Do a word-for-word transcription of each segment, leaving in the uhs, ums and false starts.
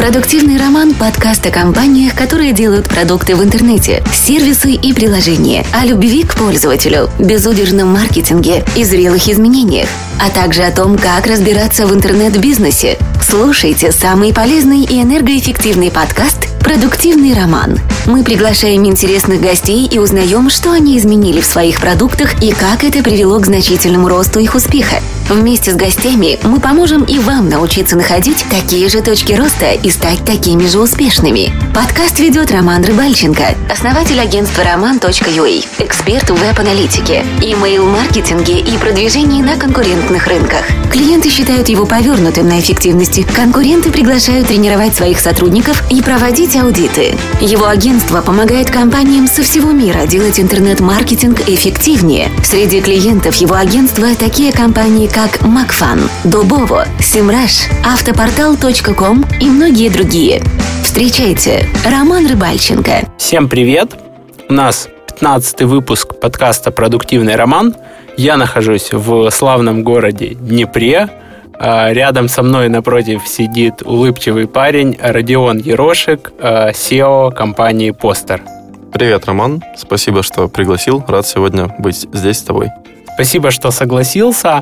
Продуктивный роман – подкаст о компаниях, которые делают продукты в интернете, сервисы и приложения, о любви к пользователю, безудержном маркетинге и зрелых изменениях, а также о том, как разбираться в интернет-бизнесе. Слушайте самый полезный и энергоэффективный подкаст «Продуктивный роман». Мы приглашаем интересных гостей и узнаем, что они изменили в своих продуктах и как это привело к значительному росту их успеха. Вместе с гостями мы поможем и вам научиться находить такие же точки роста и стать такими же успешными. Подкаст ведет Роман Рыбальченко, основатель агентства роман точка ю а, эксперт в веб-аналитике, имейл-маркетинге и продвижении на конкурентных рынках. Клиенты считают его повернутым на эффективности. Конкуренты приглашают тренировать своих сотрудников и проводить аудиты. Его агентство помогает компаниям со всего мира делать интернет-маркетинг эффективнее. Среди клиентов его агентства такие компании, как Макфан, Дубово, Симраш, Автопортал точка ком и многие другие. Встречайте, Роман Рыбальченко. Всем привет! У нас пятнадцатый выпуск подкаста «Продуктивный роман». Я нахожусь в славном городе Днепре. Рядом со мной напротив сидит улыбчивый парень Родион Ерошек, си и о компании Постер. Привет, Роман. Спасибо, что пригласил. Рад сегодня быть здесь с тобой. Спасибо, что согласился.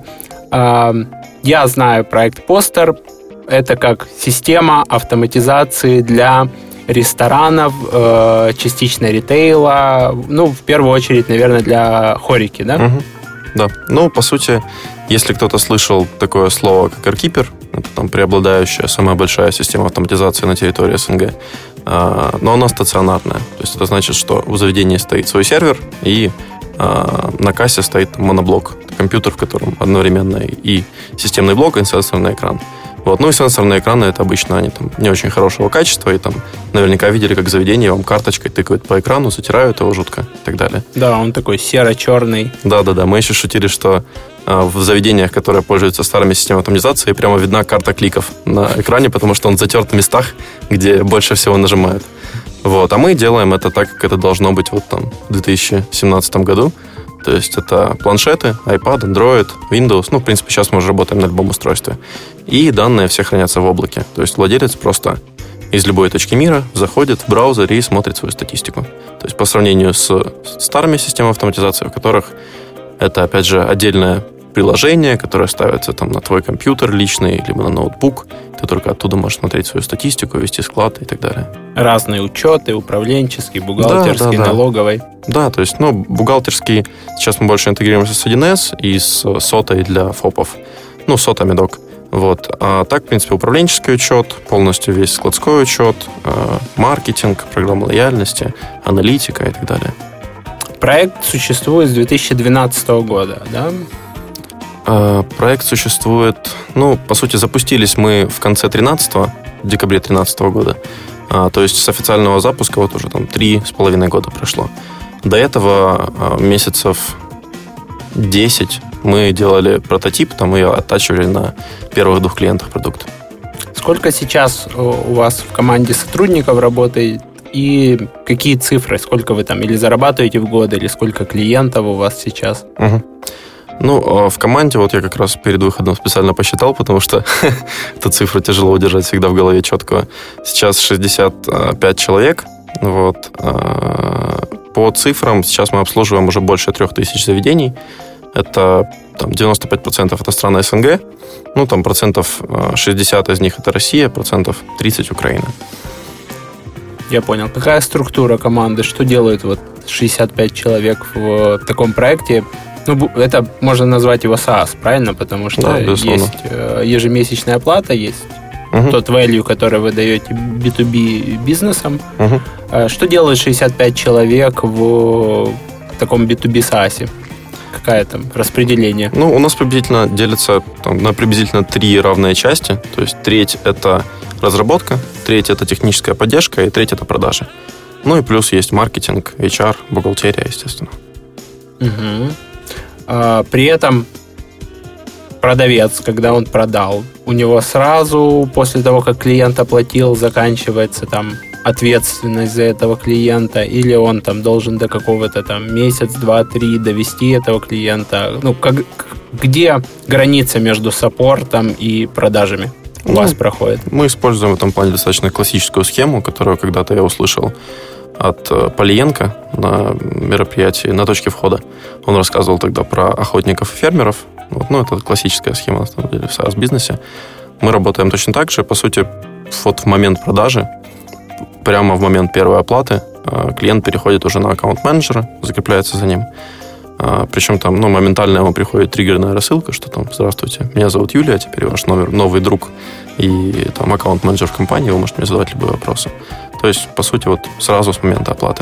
Я знаю проект Постер. Это как система автоматизации для ресторанов, частично ритейла. Ну, в первую очередь, наверное, для хорики, да? Угу. Да. Ну, по сути, если кто-то слышал такое слово, как AirKeeper, это там преобладающая, самая большая система автоматизации на территории СНГ, но она стационарная. То есть это значит, что в заведении стоит свой сервер, и на кассе стоит моноблок. Это компьютер, в котором одновременно и системный блок, и сенсорный экран. Вот. Ну и сенсорные экраны, это обычно они там не очень хорошего качества, и там наверняка видели, как заведение вам карточкой тыкают по экрану, затирают его жутко и так далее. Да, он такой серо-черный. Да-да-да, мы еще шутили, что э, в заведениях, которые пользуются старыми системами автоматизации, прямо видна карта кликов на экране, потому что он затерт в местах, где больше всего нажимают. Вот. А мы делаем это так, как это должно быть вот там в две тысячи семнадцатом году. То есть это планшеты, iPad, Android, Windows. Ну, в принципе, сейчас мы уже работаем на любом устройстве. И данные все хранятся в облаке. То есть владелец просто из любой точки мира заходит в браузер и смотрит свою статистику. То есть по сравнению с старыми системами автоматизации, в которых это, опять же, отдельное приложение, которое ставится там на твой компьютер личный, либо на ноутбук. Ты только оттуда можешь смотреть свою статистику, вести склад и так далее. Разные учеты, управленческий, бухгалтерский, да, да, да. налоговый. Да, то есть, ну, бухгалтерский, сейчас мы больше интегрируемся с один эс и с сотой для ФОПов. Ну, сота Медок. Вот. А так, в принципе, управленческий учет, полностью весь складской учет, маркетинг, программа лояльности, аналитика и так далее. Проект существует с две тысячи двенадцатого года, да? Проект существует, ну, по сути, запустились мы в конце тринадцатого, в декабре тринадцатого года. А, то есть с официального запуска вот уже там три с половиной года прошло. До этого а, месяцев десять мы делали прототип, там и оттачивали на первых двух клиентах продукт. Сколько сейчас у вас в команде сотрудников работает и какие цифры? Сколько вы там или зарабатываете в год, или сколько клиентов у вас сейчас? Угу. Ну, в команде вот я как раз перед выходом специально посчитал, потому что эту цифру тяжело удержать всегда в голове четко. Сейчас шестьдесят пять человек. Вот. По цифрам сейчас мы обслуживаем уже больше трех тысяч заведений. Это там, девяносто пять процентов это страны СНГ. Ну, там процентов шестьдесят из них это Россия, процентов тридцать Украина. Я понял. Какая структура команды? Что делают вот шестьдесят пять человек в таком проекте? Ну, это можно назвать его SaaS, правильно? Потому что да, есть ежемесячная оплата, есть uh-huh. тот value, который вы даете би ту би бизнесам. Uh-huh. Что делает шестьдесят пять человек в таком би ту би SaaS? Какое там распределение? Ну, у нас приблизительно делится там, на приблизительно три равные части. То есть треть – это разработка, треть – это техническая поддержка, и треть – это продажи. Ну и плюс есть маркетинг, эйч ар, бухгалтерия, естественно. Угу. При этом продавец, когда он продал, у него сразу после того, как клиент оплатил, заканчивается там ответственность за этого клиента, или он там должен до какого-то там месяц, два, три довести этого клиента. Ну, как, где граница между саппортом и продажами? у ну, вас проходит? Мы используем в этом плане достаточно классическую схему, которую когда-то я услышал от Полиенко на мероприятии на точке входа. Он рассказывал тогда про охотников и фермеров. Вот, ну, это классическая схема, на самом деле, в SaaS-бизнесе. Мы работаем точно так же. По сути, вот в момент продажи, прямо в момент первой оплаты, клиент переходит уже на аккаунт-менеджера, закрепляется за ним. Причем там, ну, моментально ему приходит триггерная рассылка, что там: здравствуйте, меня зовут Юлия, теперь ваш номер, новый друг и там аккаунт-менеджер в компании, вы можете мне задавать любые вопросы. То есть, по сути, вот сразу с момента оплаты.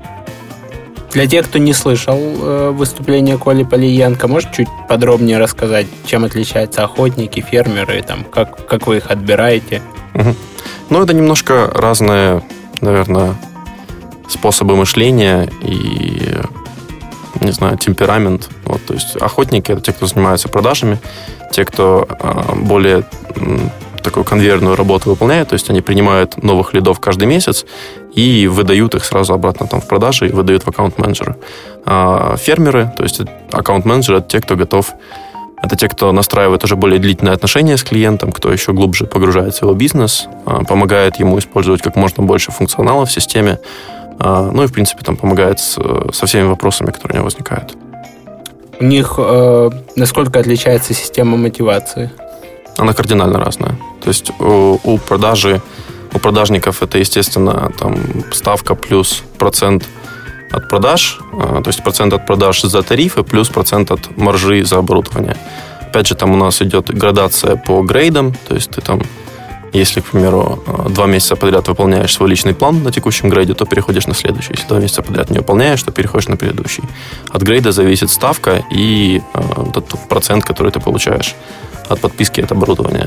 Для тех, кто не слышал э, выступления Коли Полиенко, можешь чуть подробнее рассказать, чем отличаются охотники, фермеры, там, как, как вы их отбираете? Угу. Ну, это немножко разные, наверное, способы мышления и, не знаю, темперамент. Вот, то есть охотники — это те, кто занимаются продажами, те, кто э, более э, такую конвейерную работу выполняют, то есть они принимают новых лидов каждый месяц и выдают их сразу обратно там в продажи и выдают в аккаунт-менеджера. А фермеры, то есть аккаунт-менеджеры — это те, кто готов, это те, кто настраивает уже более длительные отношения с клиентом, кто еще глубже погружается в его бизнес, помогает ему использовать как можно больше функционала в системе, ну и, в принципе, там помогает с, со всеми вопросами, которые у него возникают. У них э, насколько отличается система мотивации? Она кардинально разная. То есть у, у продажи, у продажников это, естественно, там ставка плюс процент от продаж, то есть процент от продаж за тарифы плюс процент от маржи за оборудование. Опять же, там у нас идет градация по грейдам, то есть ты там, если, к примеру, два месяца подряд выполняешь свой личный план на текущем грейде, то переходишь на следующий. Если два месяца подряд не выполняешь, то переходишь на предыдущий. От грейда зависит ставка и э, вот этот процент, который ты получаешь от подписки от оборудования.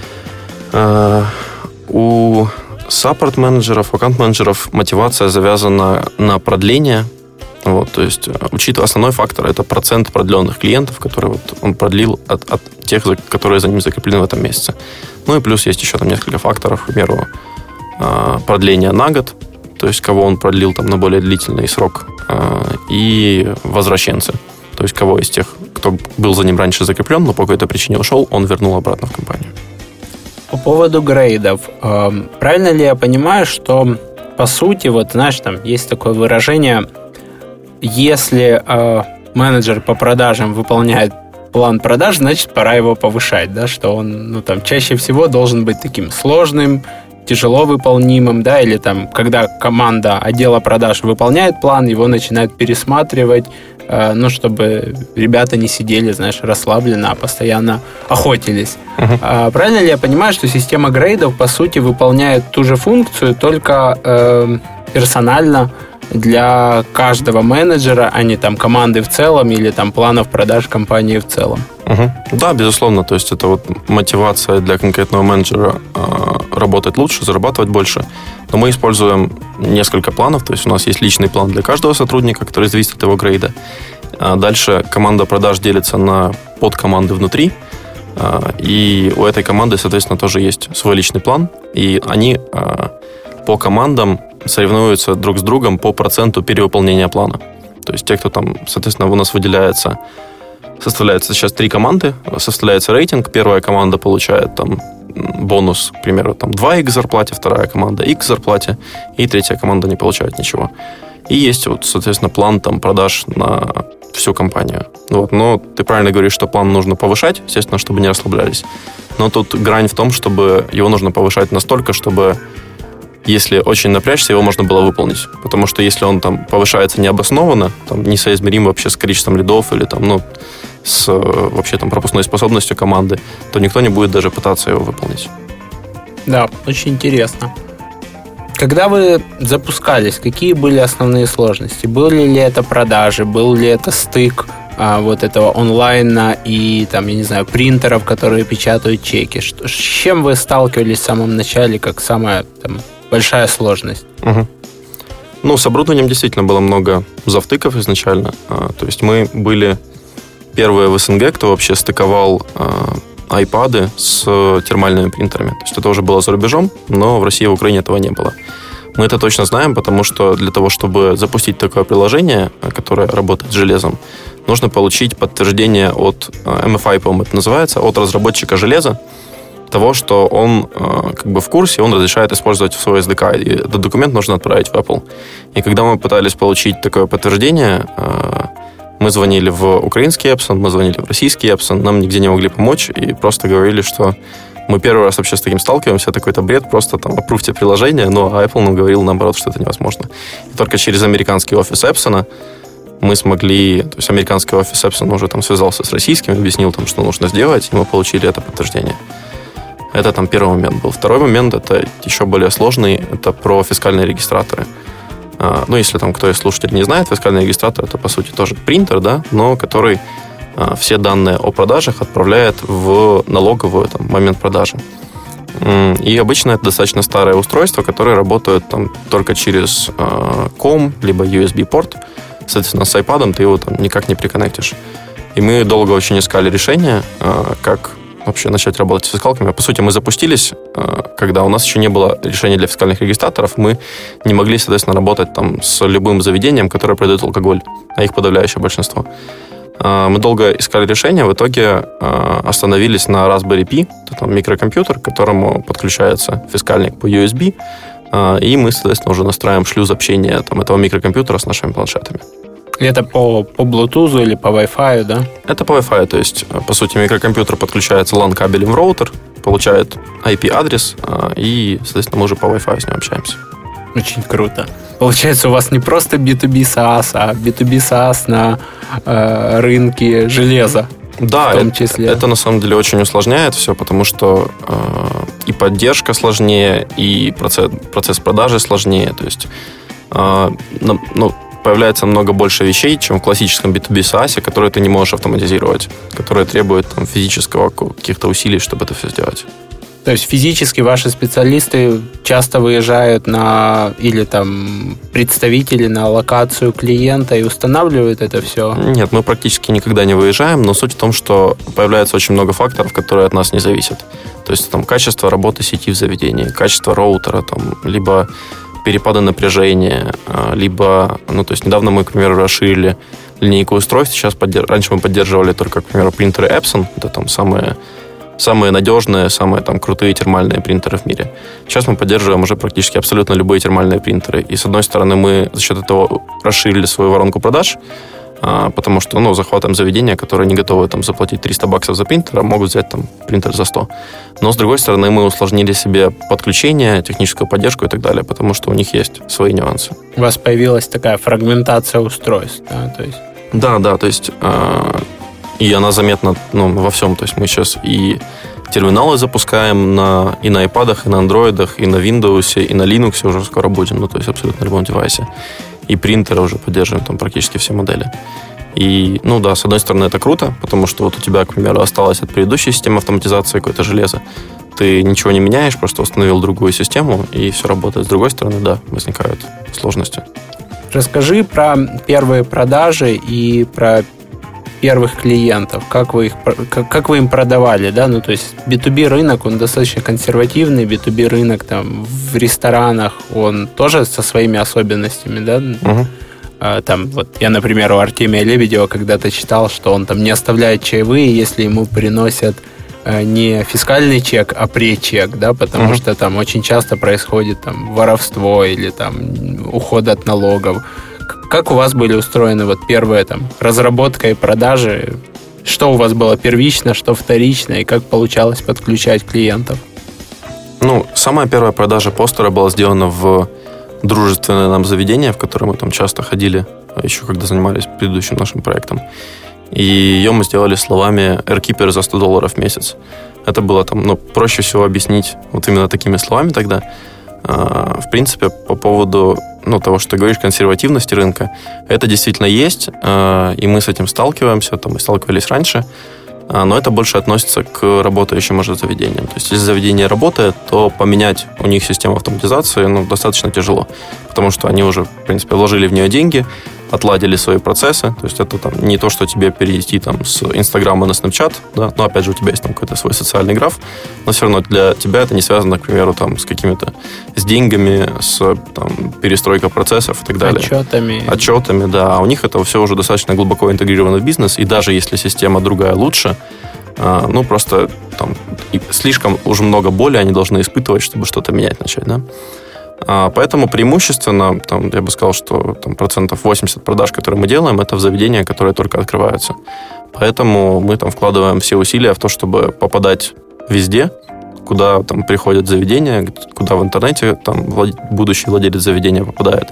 Э, у саппорт-менеджеров, аккаунт-менеджеров мотивация завязана на продление. Вот, то есть, учитывая основной фактор, это процент продленных клиентов, которые вот он продлил от, от тех, которые за ним закреплены в этом месяце. Ну и плюс есть еще там несколько факторов, к примеру, продление на год, то есть кого он продлил там на более длительный срок, и возвращенцы, то есть кого из тех, кто был за ним раньше закреплен, но по какой-то причине ушел, он вернул обратно в компанию. По поводу грейдов, правильно ли я понимаю, что по сути, вот знаешь, там есть такое выражение: если э, менеджер по продажам выполняет план продаж, значит, пора его повышать, да, что он, ну, там, чаще всего должен быть таким сложным, тяжело выполнимым, да, или там, когда команда отдела продаж выполняет план, его начинают пересматривать, э, ну, чтобы ребята не сидели, знаешь, расслабленно, а постоянно охотились. Uh-huh. А, правильно ли я понимаю, что система грейдов, по сути, выполняет ту же функцию, только э, персонально для каждого менеджера, а не там команды в целом или там планов продаж компании в целом? Угу. Да, безусловно. То есть это вот мотивация для конкретного менеджера э, работать лучше, зарабатывать больше. Но мы используем несколько планов. То есть у нас есть личный план для каждого сотрудника, который зависит от его грейда. А дальше команда продаж делится на подкоманды внутри. Э, и у этой команды, соответственно, тоже есть свой личный план. И они э, по командам соревнуются друг с другом по проценту перевыполнения плана. То есть те, кто там, соответственно, у нас выделяется, составляется сейчас три команды, составляется рейтинг. Первая команда получает там бонус, к примеру, там два икс зарплате, вторая команда X зарплате, и третья команда не получает ничего. И есть вот, соответственно, план там продаж на всю компанию. Вот. Но ты правильно говоришь, что план нужно повышать, естественно, чтобы не расслаблялись. Но тут грань в том, чтобы его нужно повышать настолько, чтобы если очень напрячься, его можно было выполнить. Потому что если он там повышается необоснованно, там, несоизмерим вообще с количеством лидов или там, ну, с вообще там пропускной способностью команды, то никто не будет даже пытаться его выполнить. Да, очень интересно. Когда вы запускались, какие были основные сложности? Были ли это продажи, был ли это стык а, вот этого онлайна и там, я не знаю, принтеров, которые печатают чеки? Что, с чем вы сталкивались в самом начале, как самая там большая сложность? Угу. Ну, с оборудованием действительно было много завтыков изначально. А, то есть мы были первые в СНГ, кто вообще стыковал а, айпады с термальными принтерами. То есть это уже было за рубежом, но в России и в Украине этого не было. Мы это точно знаем, потому что для того, чтобы запустить такое приложение, которое работает с железом, нужно получить подтверждение от эм эф ай, по-моему, это называется, от разработчика железа, того, что он как бы в курсе, он разрешает использовать свой эс ди кей. И этот документ нужно отправить в Apple. И когда мы пытались получить такое подтверждение, мы звонили в украинский Epson, мы звонили в российский Epson, нам нигде не могли помочь и просто говорили, что мы первый раз вообще с таким сталкиваемся, это какой-то бред, просто там аппрувьте приложение, но Apple нам говорил, наоборот, что это невозможно. И только через американский офис Epson мы смогли, то есть американский офис Epson уже там связался с российским, объяснил там, что нужно сделать, и мы получили это подтверждение. Это там первый момент был. Второй момент, это еще более сложный, это про фискальные регистраторы. Ну, если там кто из слушателей не знает, фискальный регистратор это, по сути, тоже принтер, да, но который все данные о продажах отправляет в налоговую там, момент продажи. И обычно это достаточно старое устройство, которое работает там только через ком, либо ю эс би-порт. Соответственно, с iPad ты его там никак не приконнектишь. И мы долго очень искали решение, как вообще начать работать с фискалками. По сути, мы запустились, когда у нас еще не было решения для фискальных регистраторов, мы не могли, соответственно, работать там с любым заведением, которое продает алкоголь, а их подавляющее большинство. Мы долго искали решение, в итоге остановились на Raspberry Pi, это там микрокомпьютер, к которому подключается фискальник по ю эс би, и мы, соответственно, уже настраиваем шлюз общения там, этого микрокомпьютера с нашими планшетами. Это по, по Bluetooth или по Wi-Fi, да? Это по Wi-Fi, то есть, по сути, микрокомпьютер подключается лан-кабелем в роутер, получает ай пи-адрес, и, соответственно, мы уже по Wi-Fi с ним общаемся. Очень круто. Получается, у вас не просто би ту би SaaS, а би ту би SaaS на э, рынке железа. Да, в том числе. Это, это на самом деле очень усложняет все, потому что э, и поддержка сложнее, и процесс, процесс продажи сложнее. То есть э, ну, появляется много больше вещей, чем в классическом би ту би SaaS, которые ты не можешь автоматизировать, которые требуют там, физического каких-то усилий, чтобы это все сделать. То есть физически ваши специалисты часто выезжают на или там представители на локацию клиента и устанавливают это все? Нет, мы практически никогда не выезжаем, но суть в том, что появляется очень много факторов, которые от нас не зависят. То есть там качество работы сети в заведении, качество роутера, там, либо перепады напряжения, либо, ну, то есть недавно мы, к примеру, расширили линейку устройств, сейчас поддерж... раньше мы поддерживали только, к примеру, принтеры Epson, это там самые самые надежные, самые там крутые термальные принтеры в мире. Сейчас мы поддерживаем уже практически абсолютно любые термальные принтеры. И, с одной стороны, мы за счет этого расширили свою воронку продаж, потому что, ну, захватываем заведения, которые не готовы там заплатить триста баксов за принтер, а могут взять там принтер за сто. Но, с другой стороны, мы усложнили себе подключение, техническую поддержку и так далее, потому что у них есть свои нюансы. У вас появилась такая фрагментация устройств, да, то есть? Да, да, то есть и она заметна, ну, во всем. То есть мы сейчас и терминалы запускаем на, и на iPad'ах, и на андроидах, и на Windows, и на Linux уже скоро будем, ну, то есть абсолютно на любом девайсе. И принтеры уже поддерживаем там практически все модели. И, ну да, с одной стороны, это круто, потому что вот у тебя, к примеру, осталось от предыдущей системы автоматизации какое-то железо. Ты ничего не меняешь, просто установил другую систему, и все работает. С другой стороны, да, возникают сложности. Расскажи про первые продажи и про первых клиентов, как вы их, как, как вы им продавали, да, ну, то есть би ту би рынок, он достаточно консервативный, би ту би рынок там в ресторанах, он тоже со своими особенностями, да, uh-huh. а, там, вот, я, например, у Артемия Лебедева когда-то читал, что он там не оставляет чаевые, если ему приносят а, не фискальный чек, а пречек, да, потому uh-huh. что там очень часто происходит там воровство или там уход от налогов. Как у вас были устроены вот первые там разработка и продажи? Что у вас было первично, что вторично, и как получалось подключать клиентов? Ну, самая первая продажа постера была сделана в дружественное нам заведение, в которое мы там часто ходили, еще когда занимались предыдущим нашим проектом. И ее мы сделали словами AirKeeper за сто долларов в месяц. Это было там, ну, проще всего объяснить вот именно такими словами тогда. В принципе, по поводу, ну, того, что ты говоришь, консервативности рынка, это действительно есть, и мы с этим сталкиваемся, там, мы сталкивались раньше, но это больше относится к работающим уже заведениям. То есть, если заведение работает, то поменять у них систему автоматизации, ну, достаточно тяжело, потому что они уже, в принципе, вложили в нее деньги, отладили свои процессы, то есть это там не то, что тебе перейти там с Инстаграма на Snapchat, да, но опять же у тебя есть там какой-то свой социальный граф, но все равно для тебя это не связано, к примеру, там с какими-то, с деньгами, с там, перестройкой процессов и так далее. Отчетами. Отчетами, да, а у них это все уже достаточно глубоко интегрировано в бизнес, и даже если система другая лучше, ну, просто там слишком уже много боли они должны испытывать, чтобы что-то менять начать, да. Поэтому преимущественно, там, я бы сказал, что там, процентов восемьдесят продаж, которые мы делаем, это в заведения, которые только открываются. Поэтому мы там вкладываем все усилия в то, чтобы попадать везде, куда там приходят заведения, куда в интернете там будущий владелец заведения попадает,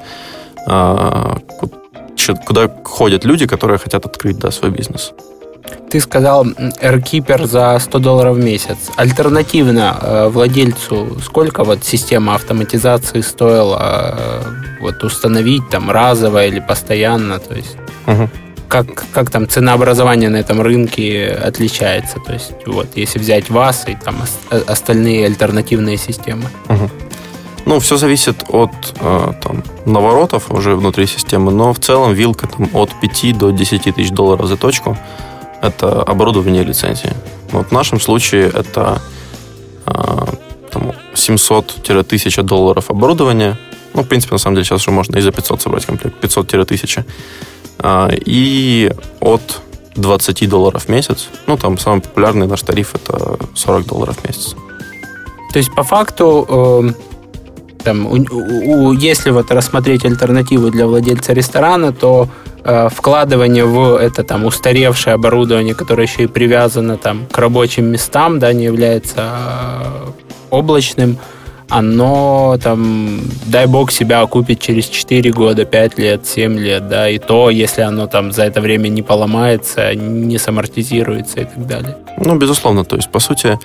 куда ходят люди, которые хотят открыть, да, свой бизнес. Ты сказал AirKeeper за сто долларов в месяц. Альтернативно э, владельцу сколько вот система автоматизации стоила э, вот установить там разово или постоянно? То есть угу. как, как там ценообразование на этом рынке отличается? То есть вот если взять вас и там остальные альтернативные системы. Угу. Ну, все зависит от э, там, наворотов уже внутри системы, но в целом вилка там, от пяти до десяти тысяч долларов за точку. Это оборудование лицензии. Вот в нашем случае это э, там, семьсот-тысяча долларов оборудования. Ну, в принципе, на самом деле, сейчас уже можно и за пятьсот собрать комплект. пятьсот-тысяча. Э, и от двадцати долларов в месяц. Ну, там самый популярный наш тариф это сорок долларов в месяц. То есть, по факту, э, там, у, у, если вот рассмотреть альтернативу для владельца ресторана, то вкладывание в это там устаревшее оборудование, которое еще и привязано там к рабочим местам, да, не является облачным, оно там, дай бог, себя окупит через четыре года, пять лет, семь лет, да, и то, если оно там за это время не поломается, не самортизируется и так далее. Ну, безусловно, то есть, по сути,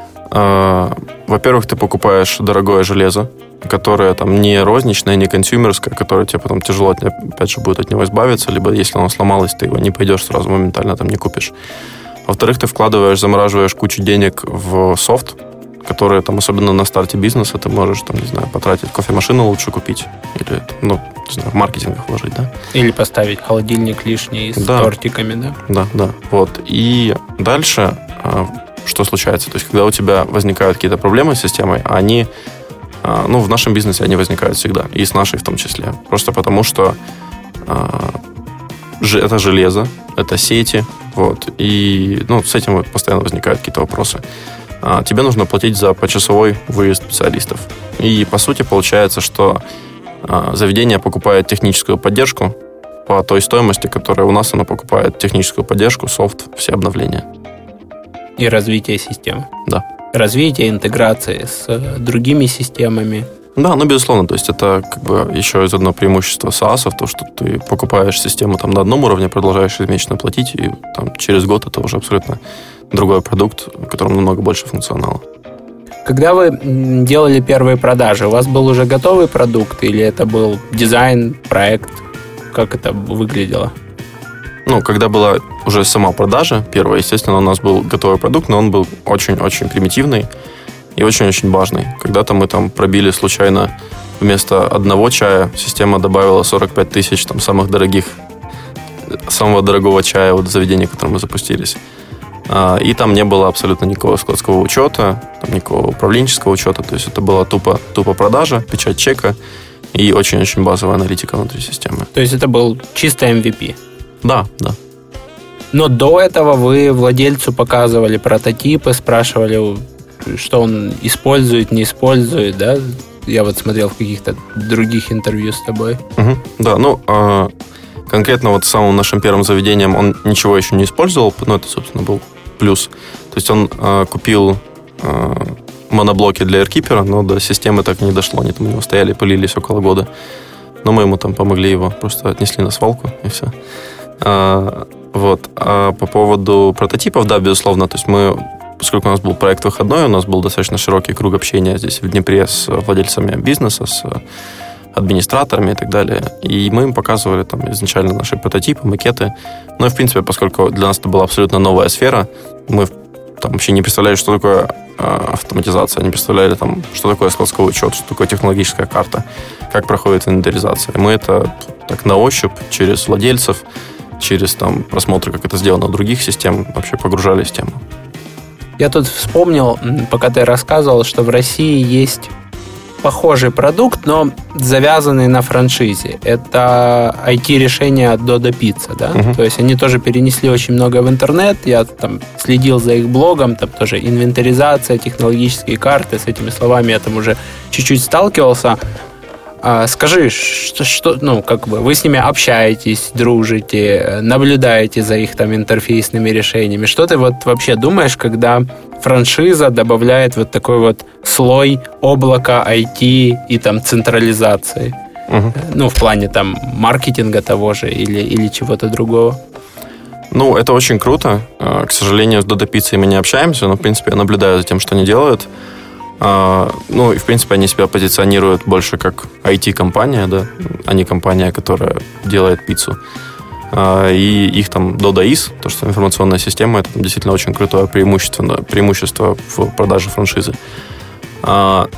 э, во-первых, ты покупаешь дорогое железо, которое там не розничное, не консюмерское, которое тебе потом тяжело, опять же, будет от него избавиться, либо если оно сломалось, ты его не пойдешь сразу моментально там не купишь. Во-вторых, ты вкладываешь, замораживаешь кучу денег в софт, которые там, особенно на старте бизнеса, ты можешь, там, не знаю, потратить кофемашину лучше купить, или, ну, не знаю, в маркетинг вложить, да? Или поставить холодильник лишний с да. тортиками, да? Да, да, вот. И дальше что случается? То есть, когда у тебя возникают какие-то проблемы с системой, они ну, в нашем бизнесе они возникают всегда, и с нашей в том числе. Просто потому, что э, это железо, это сети, вот, и ну, с этим вот постоянно возникают какие-то вопросы. А, тебе нужно платить за почасовой выезд специалистов. И, по сути, получается, что э, заведение покупает техническую поддержку по той стоимости, которая у нас оно покупает техническую поддержку, софт, все обновления. И развитие системы. Да. Развитие, интеграции с другими системами. Да, ну, безусловно, то есть это как бы еще из одного преимущества SaaS, то, что ты покупаешь систему там на одном уровне, продолжаешь ежемесячно платить, и там через год это уже абсолютно другой продукт, в котором намного больше функционала. Когда вы делали первые продажи, у вас был уже готовый продукт или это был дизайн, проект? Как это выглядело? Ну, когда была уже сама продажа первая, естественно, у нас был готовый продукт, но он был очень-очень примитивный и очень-очень важный. Когда-то мы там пробили случайно вместо одного чая, система добавила сорок пять тысяч там самых дорогих, самого дорогого чая вот в заведении, в котором мы запустились. И там не было абсолютно никакого складского учета, там никакого управленческого учета, то есть это была тупо, тупо продажа, печать чека и очень-очень базовая аналитика внутри системы. То есть это был чисто эм ви пи? Да, да. Но до этого вы владельцу показывали прототипы, спрашивали, что он использует, не использует, да? Я вот смотрел в каких-то других интервью с тобой. Угу, да, ну, э, конкретно вот самым нашим первым заведением он ничего еще не использовал, но это, собственно, был плюс. То есть он э, купил э, моноблоки для AirKeeper, но до системы так и не дошло. Они там у него стояли, пылились около года. Но мы ему там помогли его, просто отнесли на свалку, и все. А, вот. А по поводу прототипов, да, безусловно, то есть мы, поскольку у нас был проект выходной, у нас был достаточно широкий круг общения здесь в Днепре с владельцами бизнеса, с администраторами и так далее. И мы им показывали там изначально наши прототипы, макеты. Ну и, в принципе, поскольку для нас это была абсолютно новая сфера, мы там вообще не представляли, что такое э, автоматизация, не представляли, там, что такое складской учет, что такое технологическая карта, как проходит инвентаризация. И мы это так на ощупь, через владельцев, через там, просмотры, как это сделано у других систем, вообще погружались в тему. Я тут вспомнил, пока ты рассказывал, что в России есть похожий продукт, но завязанный на франшизе. Это ай ти-решение от Dodo Pizza, да? Uh-huh. То есть они тоже перенесли очень много в интернет. Я там следил за их блогом, там тоже инвентаризация, технологические карты. С этими словами я там уже чуть-чуть сталкивался. А, скажи, что, что, ну, как бы вы с ними общаетесь, дружите, наблюдаете за их там интерфейсными решениями. Что ты вот вообще думаешь, когда франшиза добавляет вот такой вот слой облака, ай ти и там централизации? Угу. Ну, в плане там маркетинга того же или, или чего-то другого? Ну, это очень круто. К сожалению, с Dodo Pizza мы не общаемся, но, в принципе, я наблюдаю за тем, что они делают. Uh, ну, и, в принципе, они себя позиционируют больше как ай ти-компания, да, а не компания, которая делает пиццу. Uh, и их там DodoIS, то, что информационная система, это действительно очень крутое преимущество, преимущество в продаже франшизы. Uh,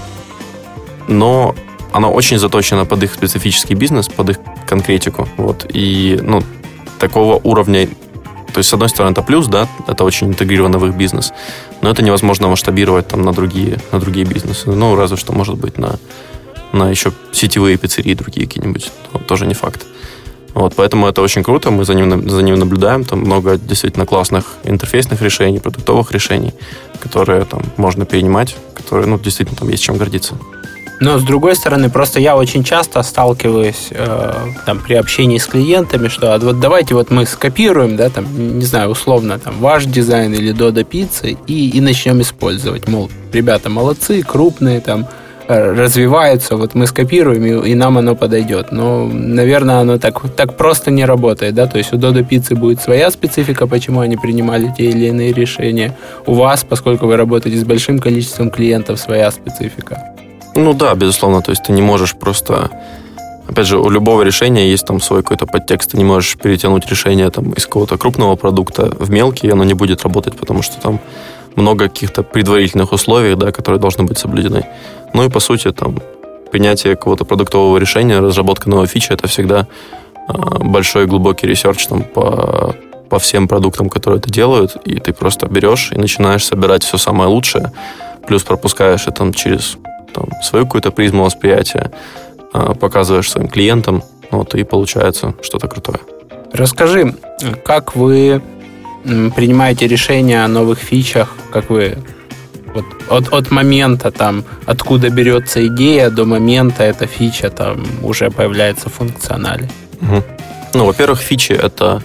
но оно очень заточено под их специфический бизнес, под их конкретику. Вот. И, ну, такого уровня... То есть, с одной стороны, это плюс, да, это очень интегрировано в их бизнес, но это невозможно масштабировать там на другие, на другие бизнесы. Ну, разве что, может быть, на, на еще сетевые пиццерии другие какие-нибудь. Но тоже не факт. Вот, поэтому это очень круто, мы за ним, за ним наблюдаем. Там много действительно классных интерфейсных решений, продуктовых решений, которые там можно перенимать, которые, ну, действительно, там есть чем гордиться. Но, с другой стороны, просто я очень часто сталкиваюсь э, там, при общении с клиентами, что а вот давайте вот мы скопируем, да, там, не знаю, условно, там, ваш дизайн или Dodo Pizza и, и начнем использовать. Мол, ребята молодцы, крупные, там, развиваются, вот мы скопируем, и, и нам оно подойдет. Но, наверное, оно так, так просто не работает, да, то есть у Dodo Pizza будет своя специфика, почему они принимали те или иные решения. У вас, поскольку вы работаете с большим количеством клиентов, своя специфика. Ну да, безусловно, то есть ты не можешь просто... Опять же, у любого решения есть там свой какой-то подтекст. Ты не можешь перетянуть решение там, из какого-то крупного продукта в мелкий, и оно не будет работать, потому что там много каких-то предварительных условий, да, которые должны быть соблюдены. Ну и, по сути, там, принятие какого-то продуктового решения, разработка новой фичи — это всегда э, большой глубокий ресерч там, по, по всем продуктам, которые это делают, и ты просто берешь и начинаешь собирать все самое лучшее, плюс пропускаешь это там, через... Там, свою какую-то призму восприятия, показываешь своим клиентам, вот, и получается что-то крутое. Расскажи, как вы принимаете решения о новых фичах, как вы вот, от, от момента, там, откуда берется идея, до момента эта фича там, уже появляется в функционале? Угу. Ну, во-первых, фичи — это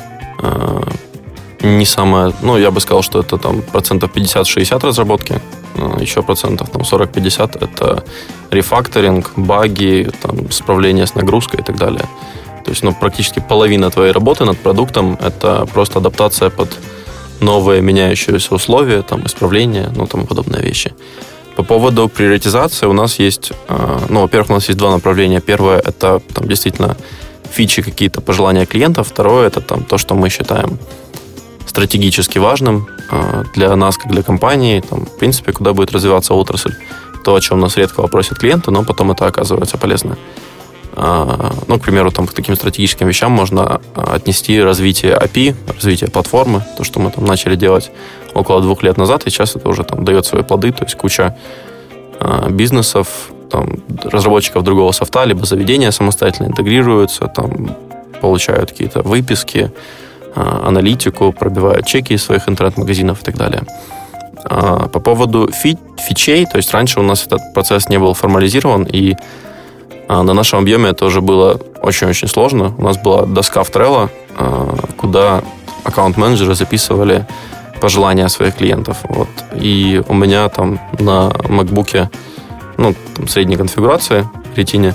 э, не самое... Ну, я бы сказал, что это там процентов пятьдесят-шестьдесят разработки, еще процентов там, сорок-пятьдесят это рефакторинг, баги, там, справление с нагрузкой и так далее. То есть, ну, практически половина твоей работы над продуктом — это просто адаптация под новые меняющиеся условия, там, исправления, ну, тому подобные вещи. По поводу приоритизации у нас есть, ну, во-первых, у нас есть два направления. Первое — это там, действительно фичи, какие-то пожелания клиентов. Второе — это там, то, что мы считаем стратегически важным для нас, как для компании, там, в принципе, куда будет развиваться отрасль. То, о чем нас редко просят клиенты, но потом это оказывается полезно. Ну, к примеру, там, к таким стратегическим вещам можно отнести развитие эй пи ай, развитие платформы, то, что мы там начали делать около двух лет назад, и сейчас это уже там дает свои плоды, то есть куча бизнесов, там, разработчиков другого софта, либо заведения самостоятельно интегрируются, там, получают какие-то выписки, аналитику, пробивают чеки из своих интернет-магазинов и так далее. По поводу фи- фичей, то есть раньше у нас этот процесс не был формализирован, и на нашем объеме это уже было очень-очень сложно. У нас была доска в Trello, куда аккаунт-менеджеры записывали пожелания своих клиентов. Вот. И у меня там на MacBook'е, ну, там, средней конфигурации, ретине,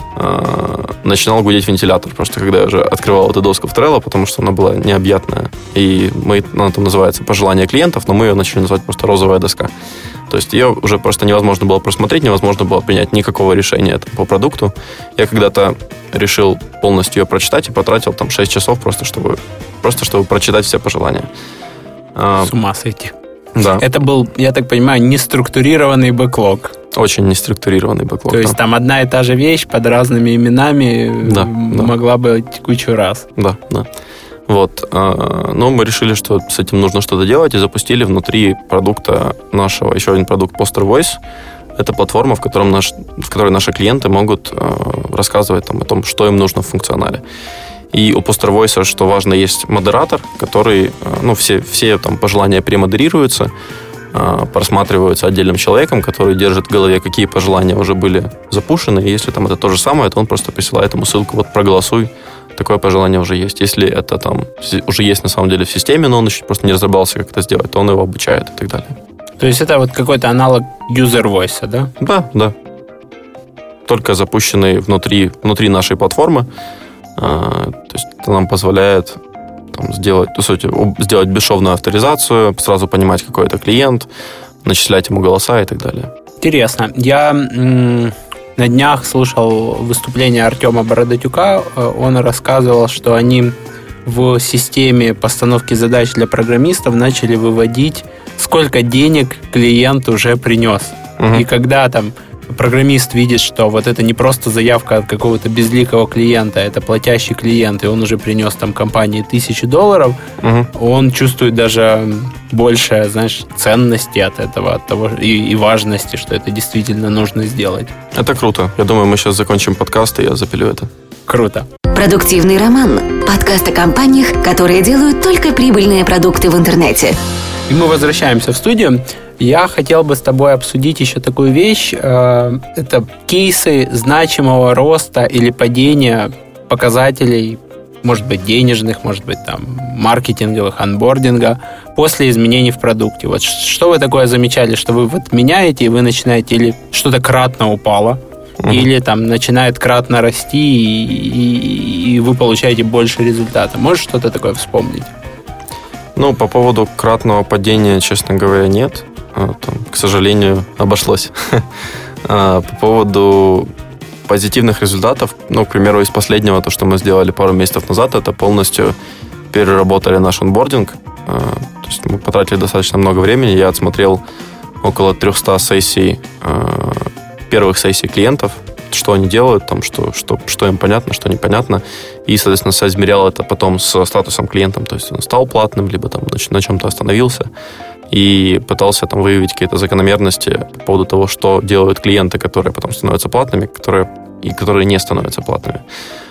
начинал гудеть вентилятор, просто когда я уже открывал эту доску в Trello, потому что она была необъятная. И мы, она там называется «Пожелания клиентов», но мы ее начали называть просто «Розовая доска». То есть ее уже просто невозможно было просмотреть, невозможно было принять никакого решения по продукту. Я когда-то решил полностью ее прочитать и потратил там шесть часов просто, чтобы, просто чтобы прочитать все пожелания. С ума сойти. Да. Это был, я так понимаю, неструктурированный бэклог. Очень неструктурированный бэклог. То есть да. Там одна и та же вещь под разными именами да, могла да. быть кучу раз. Да, да. Вот. Но мы решили, что с этим нужно что-то делать, и запустили внутри продукта нашего еще один продукт Poster Voice. это платформа, в, котором наш, в которой наши клиенты могут э, рассказывать там, о том, что им нужно в функционале. И у Poster Voice, что важно, есть модератор, который, э, ну, все, все там пожелания премодерируются, э, просматриваются отдельным человеком, который держит в голове, какие пожелания уже были запущены. И если там это то же самое, то он просто присылает ему ссылку, вот проголосуй, такое пожелание уже есть. Если это там уже есть на самом деле в системе, но он еще просто не разобрался, как это сделать, то он его обучает и так далее. То есть это вот какой-то аналог user voice, да? Да, да. Только запущенный внутри, внутри нашей платформы. А, то есть это нам позволяет там, сделать, по сути, сделать бесшовную авторизацию, сразу понимать, какой это клиент, начислять ему голоса и так далее. Интересно. Я м- на днях слушал выступление Артема Бородатюка. Он рассказывал, что они в системе постановки задач для программистов начали выводить, сколько денег клиент уже принес. Uh-huh. И когда там программист видит, что вот это не просто заявка от какого-то безликого клиента, это платящий клиент, и он уже принес там компании тысячу долларов, uh-huh. он чувствует даже больше, знаешь, ценности от этого, от того и, и важности, что это действительно нужно сделать. Это круто. Я думаю, мы сейчас закончим подкаст, и я запилю это. Круто. «Продуктивный роман» – подкаст о компаниях, которые делают только прибыльные продукты в интернете. И мы возвращаемся в студию. Я хотел бы с тобой обсудить еще такую вещь. Это кейсы значимого роста или падения показателей, может быть, денежных, может быть, там, маркетинговых, анбординга после изменений в продукте. Вот что вы такое замечали, что вы вот меняете, и вы начинаете, или что-то кратно упало, Uh-huh. или там начинает кратно расти, и, и, и вы получаете больше результата. Можешь что-то такое вспомнить? Ну, по поводу кратного падения, честно говоря, нет. Там, к сожалению, обошлось. По поводу позитивных результатов, ну, к примеру, из последнего, то, что мы сделали пару месяцев назад, это полностью переработали наш онбординг. То есть мы потратили достаточно много времени. Я отсмотрел около триста сессий, первых сессий клиентов, что они делают, там, что, что, что им понятно, что непонятно. И, соответственно, соизмерял это потом с статусом клиента. То есть он стал платным, либо там на чем-то остановился. И пытался там выявить какие-то закономерности по поводу того, что делают клиенты, которые потом становятся платными, которые, и которые не становятся платными.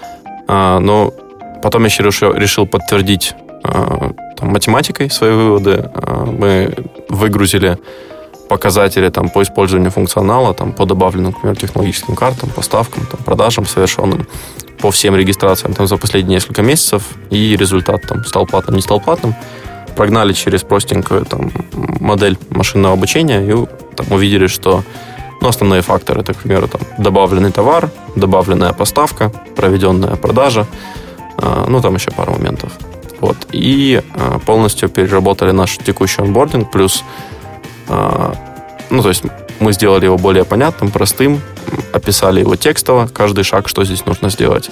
А, но потом я еще решил, решил подтвердить а, там, математикой свои выводы. А, мы выгрузили показатели там, по использованию функционала, там, по добавленным, например, технологическим картам, поставкам, там, продажам совершенным, по всем регистрациям там, за последние несколько месяцев, и результат там, стал платным, не стал платным. Прогнали через простенькую там, модель машинного обучения и там, увидели, что ну, основные факторы, это, к примеру, там, добавленный товар, добавленная поставка, проведенная продажа, э, ну, там еще пару моментов. Вот. И э, полностью переработали наш текущий онбординг, плюс ну, то есть мы сделали его более понятным, простым, описали его текстово, каждый шаг, что здесь нужно сделать.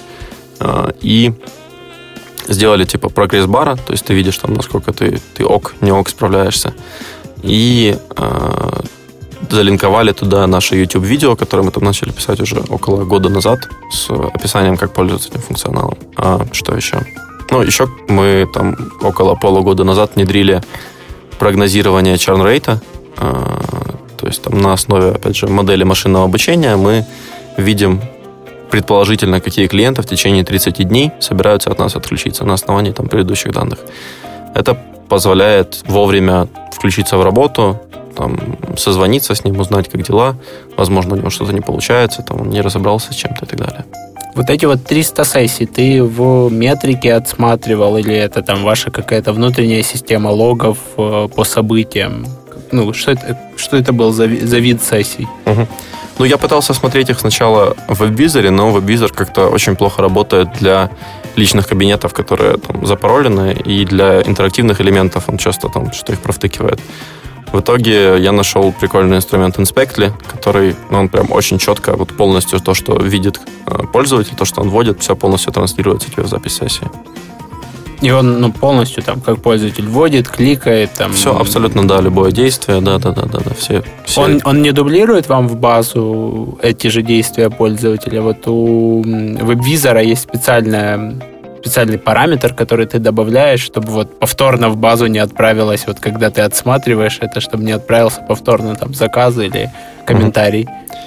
И сделали типа прогресс-бара, то есть ты видишь там, насколько ты, ты ок, не ок справляешься. И э, залинковали туда наши YouTube-видео, которые мы там начали писать уже около года назад, с описанием, как пользоваться этим функционалом. А что еще? Ну, еще мы там около полугода назад внедрили прогнозирование churn-рейта. То есть там на основе, опять же, модели машинного обучения мы видим предположительно, какие клиенты в течение тридцати дней собираются от нас отключиться на основании там, предыдущих данных. Это позволяет вовремя включиться в работу, там, созвониться с ним, узнать, как дела. Возможно, у него что-то не получается, там, он не разобрался с чем-то и так далее. Вот эти вот триста сессий ты в метрике отсматривал, или это там ваша какая-то внутренняя система логов по событиям? Ну, что это, что это был за, за вид сессий? Угу. Ну, я пытался смотреть их сначала в WebVisor, но WebVisor как-то очень плохо работает для личных кабинетов, которые там запаролены, и для интерактивных элементов он часто там что-то их провтыкивает. В итоге я нашел прикольный инструмент Inspectly, который, ну, он прям очень четко, вот полностью то, что видит пользователь, то, что он вводит, все полностью транслируется тебе в запись сессии. И он, ну, полностью там, как пользователь вводит, кликает там. Все, абсолютно, да, любое действие, да, да, да, да, да, все. все. Он, он не дублирует вам в базу эти же действия пользователя. Вот у WebVisor есть специальная специальный параметр, который ты добавляешь, чтобы вот повторно в базу не отправилось, вот когда ты отсматриваешь это, чтобы не отправился повторно там заказ или комментарий.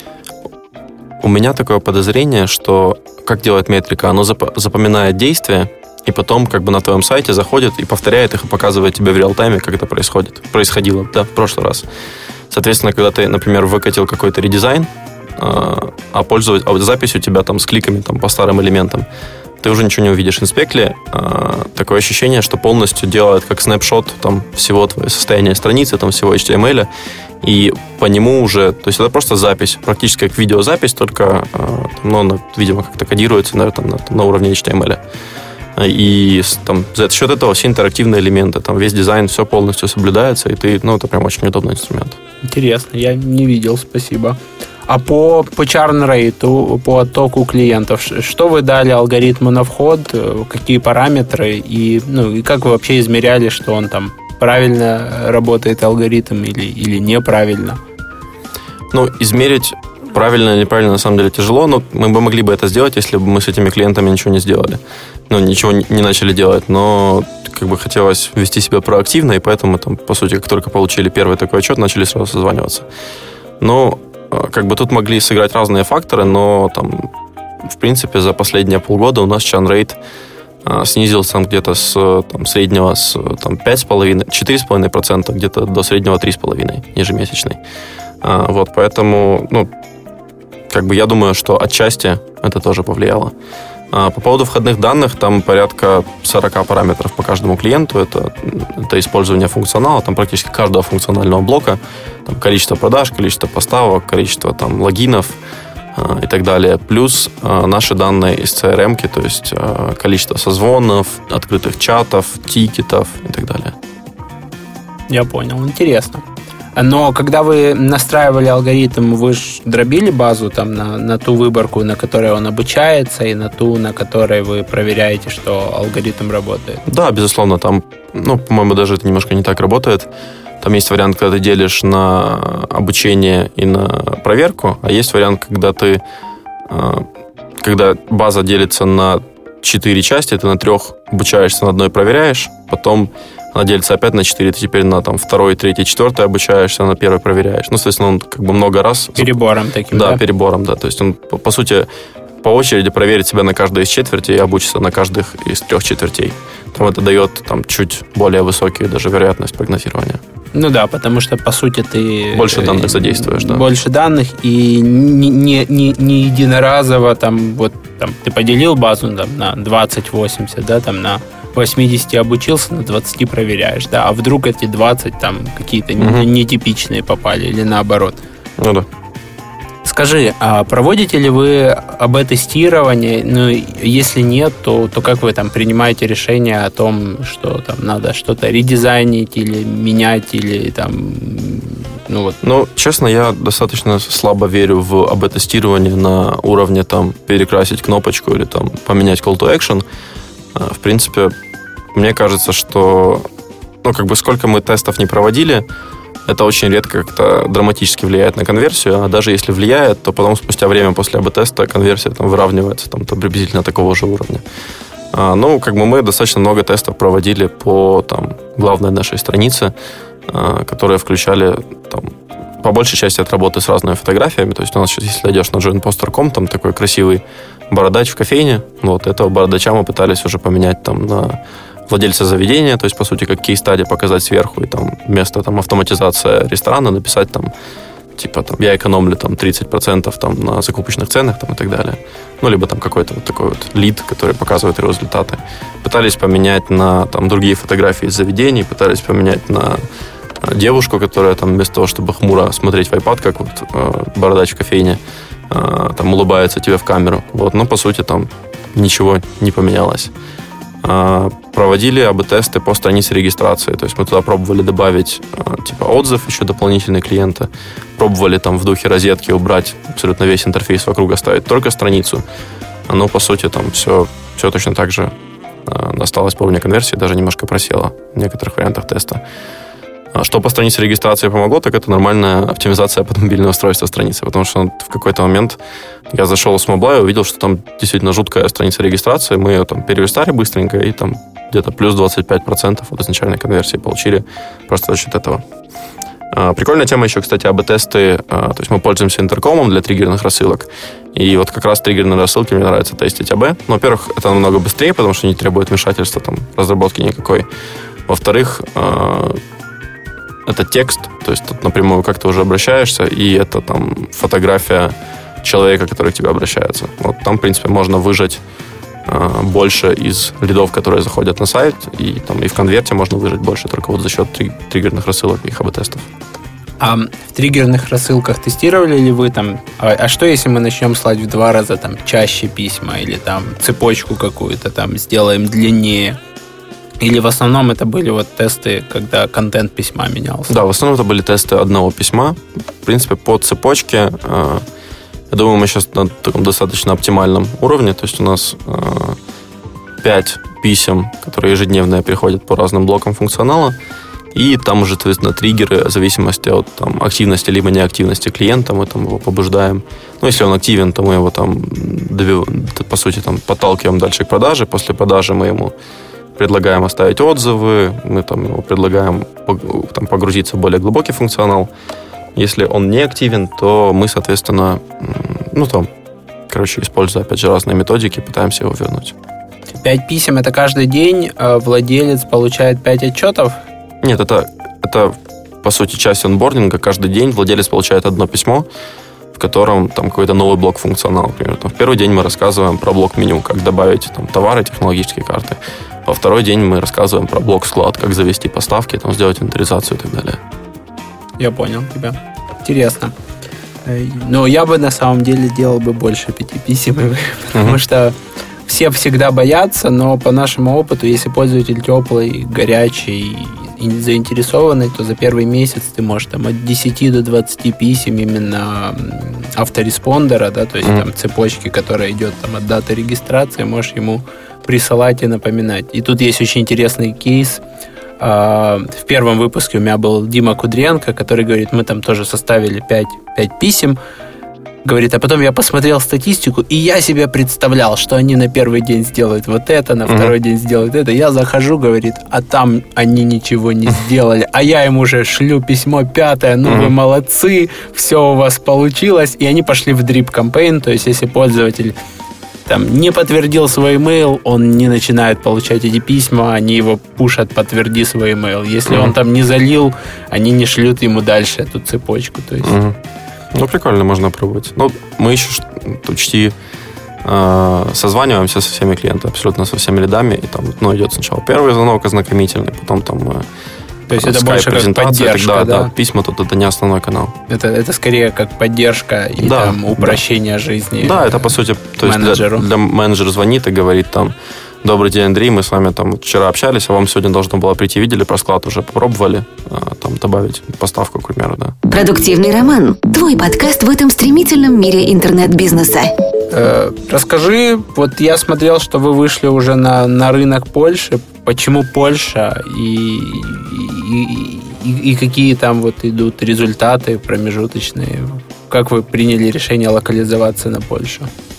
У меня такое подозрение, что как делает метрика, оно зап- запоминает действия, и потом как бы на твоем сайте заходит и повторяет их и показывает тебе в реал-тайме, как это происходит. Происходило, да, в прошлый раз. Соответственно, когда ты, например, выкатил какой-то редизайн, а пользователь, а вот запись у тебя там с кликами там, по старым элементам, ты уже ничего не увидишь. Инспекли такое ощущение, что полностью делает как снапшот там, всего твоего состояния страницы, там, всего эйч ти эм эл, и по нему уже, то есть это просто запись, практически как видеозапись, только, ну, она, видимо, как-то кодируется, наверное, на, на уровне эйч ти эм эл. И там, за счет этого все интерактивные элементы, там весь дизайн, все полностью соблюдается, и ты, ну, это прям очень удобный инструмент. Интересно, я не видел, спасибо. А по, по churn rate, по оттоку клиентов, что вы дали алгоритму на вход, какие параметры, и, ну, и как вы вообще измеряли, что он там правильно работает алгоритм или, или неправильно? Ну, измерить правильно или неправильно на самом деле тяжело, но мы бы могли бы это сделать, если бы мы с этими клиентами ничего не сделали. Ну, ничего не начали делать, но как бы хотелось вести себя проактивно, и поэтому, там, по сути, как только получили первый такой отчет, начали сразу созваниваться. Но как бы тут могли сыграть разные факторы, но там, в принципе, за последние полгода у нас churn rate а, снизился там, где-то с там, среднего с там, пять целых пять десятых, четыре целых пять десятых процента где-то до среднего три целых пять десятых ежемесячный. А, вот, поэтому, ну, как бы я думаю, что отчасти это тоже повлияло. А, по поводу входных данных, там порядка сорок параметров по каждому клиенту. Это, это использование функционала, там практически каждого функционального блока. Там количество продаж, количество поставок, количество там, логинов а, и так далее. Плюс а, наши данные из си эр эм-ки, то есть а, количество созвонов, открытых чатов, тикетов и так далее. Я понял, интересно. Но когда вы настраивали алгоритм, вы же дробили базу там, на, на ту выборку, на которой он обучается, и на ту, на которой вы проверяете, что алгоритм работает? Да, безусловно. Там, ну, по-моему, даже это немножко не так работает. Там есть вариант, когда ты делишь на обучение и на проверку, а есть вариант, когда ты, когда база делится на четыре части, ты на трех обучаешься, на одной проверяешь, потом она делится опять на четыре, ты теперь на там, второй, третий, четвертый обучаешься, на первый проверяешь. Ну, соответственно, он как бы много раз... Перебором таким, да? Да, перебором, да. То есть он, по, по сути, по очереди проверит себя на каждой из четвертей и обучится на каждых из трех четвертей. Там это дает там, чуть более высокую даже вероятность прогнозирования. Ну да, потому что, по сути, ты... Больше данных задействуешь, да. Больше данных, и не, не, не, не единоразово там, вот, там, ты поделил базу там, на двадцать восемьдесят, да, там, на восемьдесят обучился, на двадцать проверяешь, да, а вдруг эти двадцать там какие-то угу. нетипичные попали или наоборот. Ну да. Скажи, а проводите ли вы АБ-тестирование? Ну, если нет, то, то как вы там принимаете решение о том, что там надо что-то редизайнить или менять, или там, ну вот. Ну, честно, я достаточно слабо верю в АБ-тестирование на уровне там перекрасить кнопочку или там поменять call to action. В принципе, мне кажется, что, ну, как бы сколько мы тестов не проводили, это очень редко как-то драматически влияет на конверсию, а даже если влияет, то потом спустя время после АБ-теста конверсия там выравнивается там, то приблизительно такого же уровня. А, ну, как бы мы достаточно много тестов проводили по там, главной нашей странице, а, которые включали там, по большей части от работы с разными фотографиями. То есть у нас сейчас, если идешь на join post точка com, там такой красивый бородач в кофейне. Вот этого бородача мы пытались уже поменять там на владельца заведения, то есть, по сути, как кейс-стади показать сверху, и там вместо там, автоматизация ресторана написать там, типа, там, я экономлю там тридцать процентов там, на закупочных ценах там, и так далее. Ну, либо там какой-то вот такой вот лид, который показывает его результаты. Пытались поменять на там, другие фотографии из заведений, пытались поменять на девушку, которая там вместо того, чтобы хмуро смотреть в iPad, как вот э, бородач в кофейне, э, там улыбается тебе в камеру. Вот, но, по сути, там ничего не поменялось. Проводили АБ-тесты по странице регистрации. То есть мы туда пробовали добавить типа отзыв еще дополнительный клиента. Пробовали там в духе розетки убрать абсолютно весь интерфейс вокруг, оставить только страницу. Но по сути там все, все точно так же осталось по уровню конверсии, даже немножко просело в некоторых вариантах теста. Что по странице регистрации помогло, так это нормальная оптимизация под мобильное устройство страницы, потому что в какой-то момент я зашел с мобла и увидел, что там действительно жуткая страница регистрации, мы ее там перелистали быстренько, и там где-то плюс двадцать пять процентов от изначальной конверсии получили просто за счет этого. Прикольная тема еще, кстати, эй би-тесты. То есть мы пользуемся интеркомом для триггерных рассылок. И вот как раз триггерные рассылки мне нравится тестить эй би. Ну, во-первых, это намного быстрее, потому что не требует вмешательства, там, разработки никакой. Во-вторых, это текст, то есть тут напрямую как ты уже обращаешься, и это там фотография человека, который к тебе обращается. Вот там, в принципе, можно выжать э, больше из лидов, которые заходят на сайт, и там и в конверте можно выжать больше только вот за счет три, триггерных рассылок и эй би-тестов. А в триггерных рассылках тестировали ли вы там, а, а что если мы начнем слать в два раза там чаще письма, или там цепочку какую-то там сделаем длиннее? Или в основном это были вот тесты, когда контент письма менялся? Да, в основном это были тесты одного письма. В принципе, по цепочке, э, я думаю, мы сейчас на таком достаточно оптимальном уровне. То есть у нас э, пять писем, которые ежедневно приходят по разным блокам функционала. И там уже, соответственно, триггеры в зависимости от там, активности либо неактивности клиента. Мы там его побуждаем. Ну, если он активен, то мы его там, по сути, там, подталкиваем дальше к продаже. После продажи мы ему предлагаем оставить отзывы, мы там его предлагаем там, погрузиться в более глубокий функционал. Если он не активен, то мы, соответственно, ну там, короче, используя, опять же, разные методики, пытаемся его вернуть. Пять писем — это каждый день владелец получает пять отчетов? Нет, это, это, по сути, часть онбординга. Каждый день владелец получает одно письмо, в котором там какой-то новый блок функционала. Например, там, в первый день мы рассказываем про блок меню, как добавить там, товары, технологические карты. Во второй день мы рассказываем про блок-склад, как завести поставки, там, сделать инвентаризацию и так далее. Я понял тебя. Интересно. Но я бы на самом деле делал бы больше пяти писем, потому uh-huh. что все всегда боятся, но по нашему опыту, если пользователь теплый, горячий и заинтересованный, то за первый месяц ты можешь там, от десяти до двадцати писем именно автореспондера, да, то есть uh-huh. там, цепочки, которая идет там, от даты регистрации, можешь ему присылать и напоминать. И тут есть очень интересный кейс. В первом выпуске у меня был Дима Кудренко, который говорит, мы там тоже составили пять, пять писем. Говорит, а потом я посмотрел статистику, и я себе представлял, что они на первый день сделают вот это, на второй mm-hmm. день сделают это. Я захожу, говорит, а там они ничего не сделали. А я им уже шлю письмо пятое, ну mm-hmm. вы молодцы, все у вас получилось. И они пошли в drip campaign, то есть если пользователь там не подтвердил свой email, он не начинает получать эти письма, они его пушат, подтверди свой email. Если mm-hmm. он там не залил, они не шлют ему дальше эту цепочку. То есть... mm-hmm. Ну, прикольно, можно пробовать. Ну, мы еще почти э, созваниваемся со всеми клиентами, абсолютно со всеми лидами, и там, ну, идет сначала первый звонок ознакомительный, потом там э, то есть это больше как поддержка, да, да? да? Письма тут это не основной канал. Это, это скорее как поддержка и да, там упрощение да. жизни. Да, это по сути, то есть менеджеру. Для, для менеджера звонит и говорит там: добрый день, Андрей, мы с вами там вчера общались, а вам сегодня должно было прийти, видели про склад, уже попробовали там добавить поставку, к примеру, да. Продуктивный роман. Твой подкаст в этом стремительном мире интернет-бизнеса. Э, расскажи, вот я смотрел, что вы вышли уже на, на рынок Польши. Почему Польша и, и, и, и какие там вот идут результаты промежуточные? Как вы приняли решение локализоваться на Польшу?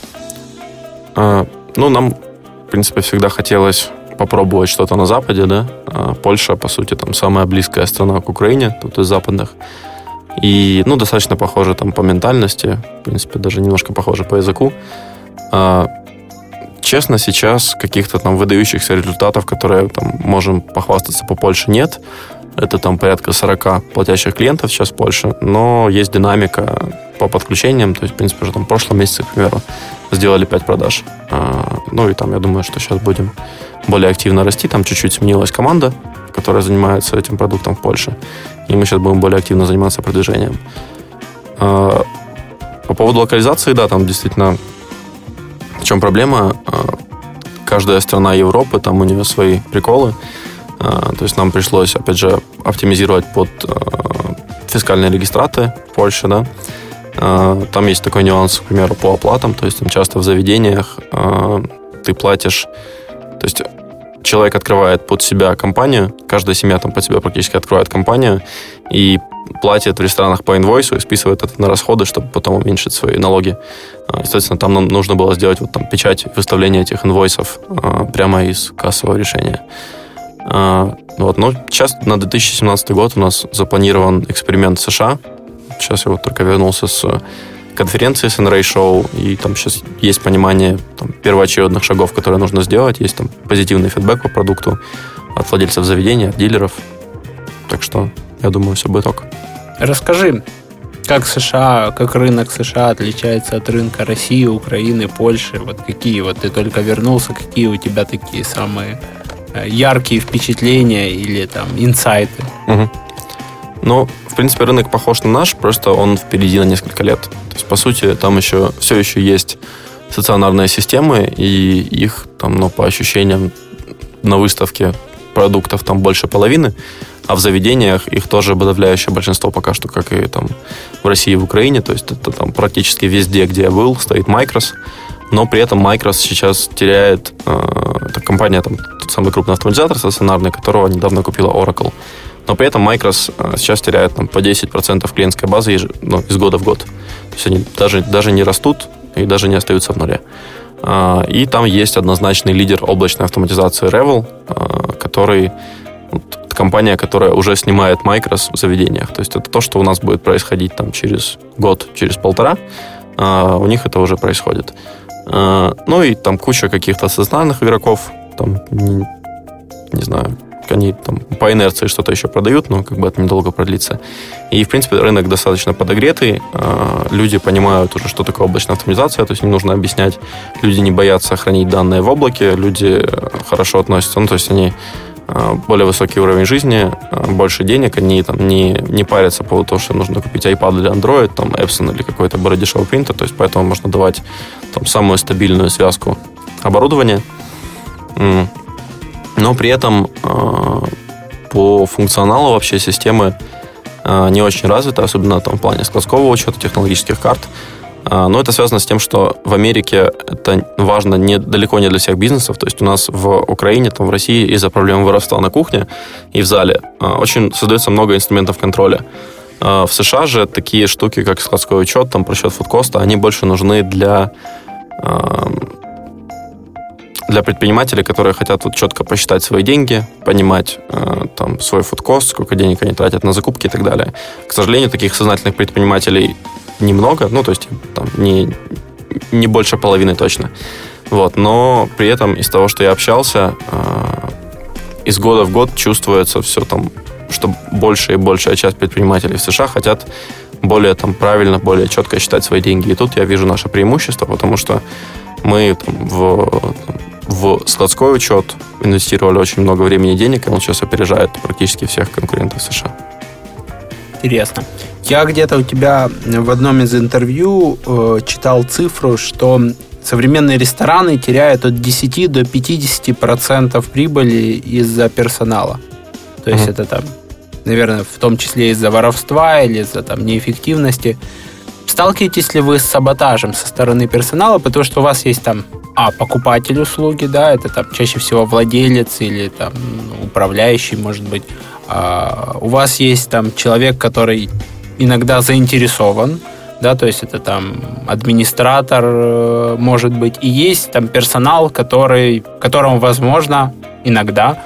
А, ну, нам, в принципе, всегда хотелось попробовать что-то на Западе, да. А Польша, по сути, там самая близкая страна к Украине, тут из западных. И, ну, достаточно похоже там по ментальности, в принципе, даже немножко похоже по языку. А, честно, сейчас каких-то там выдающихся результатов, которые там можем похвастаться по Польше, нет. Это там порядка сорок платящих клиентов сейчас в Польше, но есть динамика по подключениям. То есть, в принципе, уже там в прошлом месяце, к примеру, сделали пять продаж. А, ну, и там, я думаю, что сейчас будем более активно расти. Там чуть-чуть сменилась команда, которая занимается этим продуктом в Польше. И мы сейчас будем более активно заниматься продвижением. А, по поводу локализации, да, там действительно в чем проблема? А, каждая страна Европы, там у нее свои приколы. А, то есть нам пришлось, опять же, оптимизировать под а, фискальные регистраты в Польше, да. А, там есть такой нюанс, к примеру, по оплатам. То есть там часто в заведениях а, ты платишь... То есть человек открывает под себя компанию, каждая семья там под себя практически открывает компанию и платит в ресторанах по инвойсу и списывает это на расходы, чтобы потом уменьшить свои налоги. Естественно, там нам нужно было сделать вот там печать выставления этих инвойсов прямо из кассового решения. Вот. Но сейчас на две тысячи семнадцатый год у нас запланирован эксперимент в США. Сейчас я вот только вернулся с конференции эс эн ар эй-шоу, и там сейчас есть понимание там, первоочередных шагов, которые нужно сделать. Есть там позитивный фидбэк по продукту от владельцев заведения, от дилеров. Так что, я думаю, все будет ок. Расскажи, как США, как рынок США отличается от рынка России, Украины, Польши? Вот какие вот ты только вернулся, какие у тебя такие самые яркие впечатления или там инсайты? Угу. Ну, в принципе, рынок похож на наш, просто он впереди на несколько лет. То есть, по сути, там еще все еще есть стационарные системы, и их там, ну, по ощущениям, на выставке продуктов там больше половины, а в заведениях их тоже подавляющее большинство пока что, как и там в России и в Украине. То есть это там практически везде, где я был, стоит Micros, но при этом Micros сейчас теряет э, компания, там, тот самый крупный автоматизатор стационарный, которого недавно купила Oracle. Но при этом Micros сейчас теряет там, по десять процентов клиентской базы еж... ну, из года в год. То есть они даже, даже не растут и даже не остаются в нуле. И там есть однозначный лидер облачной автоматизации Revel, который... Вот, компания, которая уже снимает Micros в заведениях. То есть это то, что у нас будет происходить там, через год, через полтора. У них это уже происходит. Ну и там куча каких-то стационарных игроков. Там, не, не знаю... Они там по инерции что-то еще продают, но как бы это недолго продлится. И, в принципе, рынок достаточно подогретый. Люди понимают уже, что такое облачная автоматизация, то есть не нужно объяснять. Люди не боятся хранить данные в облаке, люди хорошо относятся. Ну, то есть они более высокий уровень жизни, больше денег, они там не, не парятся по поводу того, что нужно купить iPad или Android, там Epson или какой-то более дешевый принтер, то есть поэтому можно давать там самую стабильную связку оборудования. Но при этом э, по функционалу вообще системы э, не очень развиты, особенно там, в плане складского учета, технологических карт. Э, но это связано с тем, что в Америке это важно не, далеко не для всех бизнесов. То есть у нас в Украине, там, в России из-за проблем воровства на кухне и в зале э, очень создается много инструментов контроля. Э, в США же такие штуки, как складской учет, там, просчет фудкоста, они больше нужны для... Э, для предпринимателей, которые хотят вот четко посчитать свои деньги, понимать э, там, свой фудкост, сколько денег они тратят на закупки и так далее. К сожалению, таких сознательных предпринимателей немного, ну, то есть там, не, не больше половины точно. Вот. Но при этом из того, что я общался, э, из года в год чувствуется все там, что большая и большая часть предпринимателей в США хотят более там, правильно, более четко считать свои деньги. И тут я вижу наше преимущество, потому что мы там, в, в складской учет инвестировали очень много времени и денег, и он сейчас опережает практически всех конкурентов в США. Интересно. Я где-то у тебя в одном из интервью э, читал цифру, что современные рестораны теряют от десяти до пятидесяти процентов прибыли из-за персонала. То есть mm-hmm. это там, наверное, в том числе из-за воровства или из-за там, неэффективности. Сталкиваетесь ли вы с саботажем со стороны персонала, потому что у вас есть там, а, покупатель услуги, да, это там чаще всего владелец или там управляющий, может быть, а у вас есть там человек, который иногда заинтересован, да, то есть это там администратор, может быть, и есть там персонал, который, которому, возможно, иногда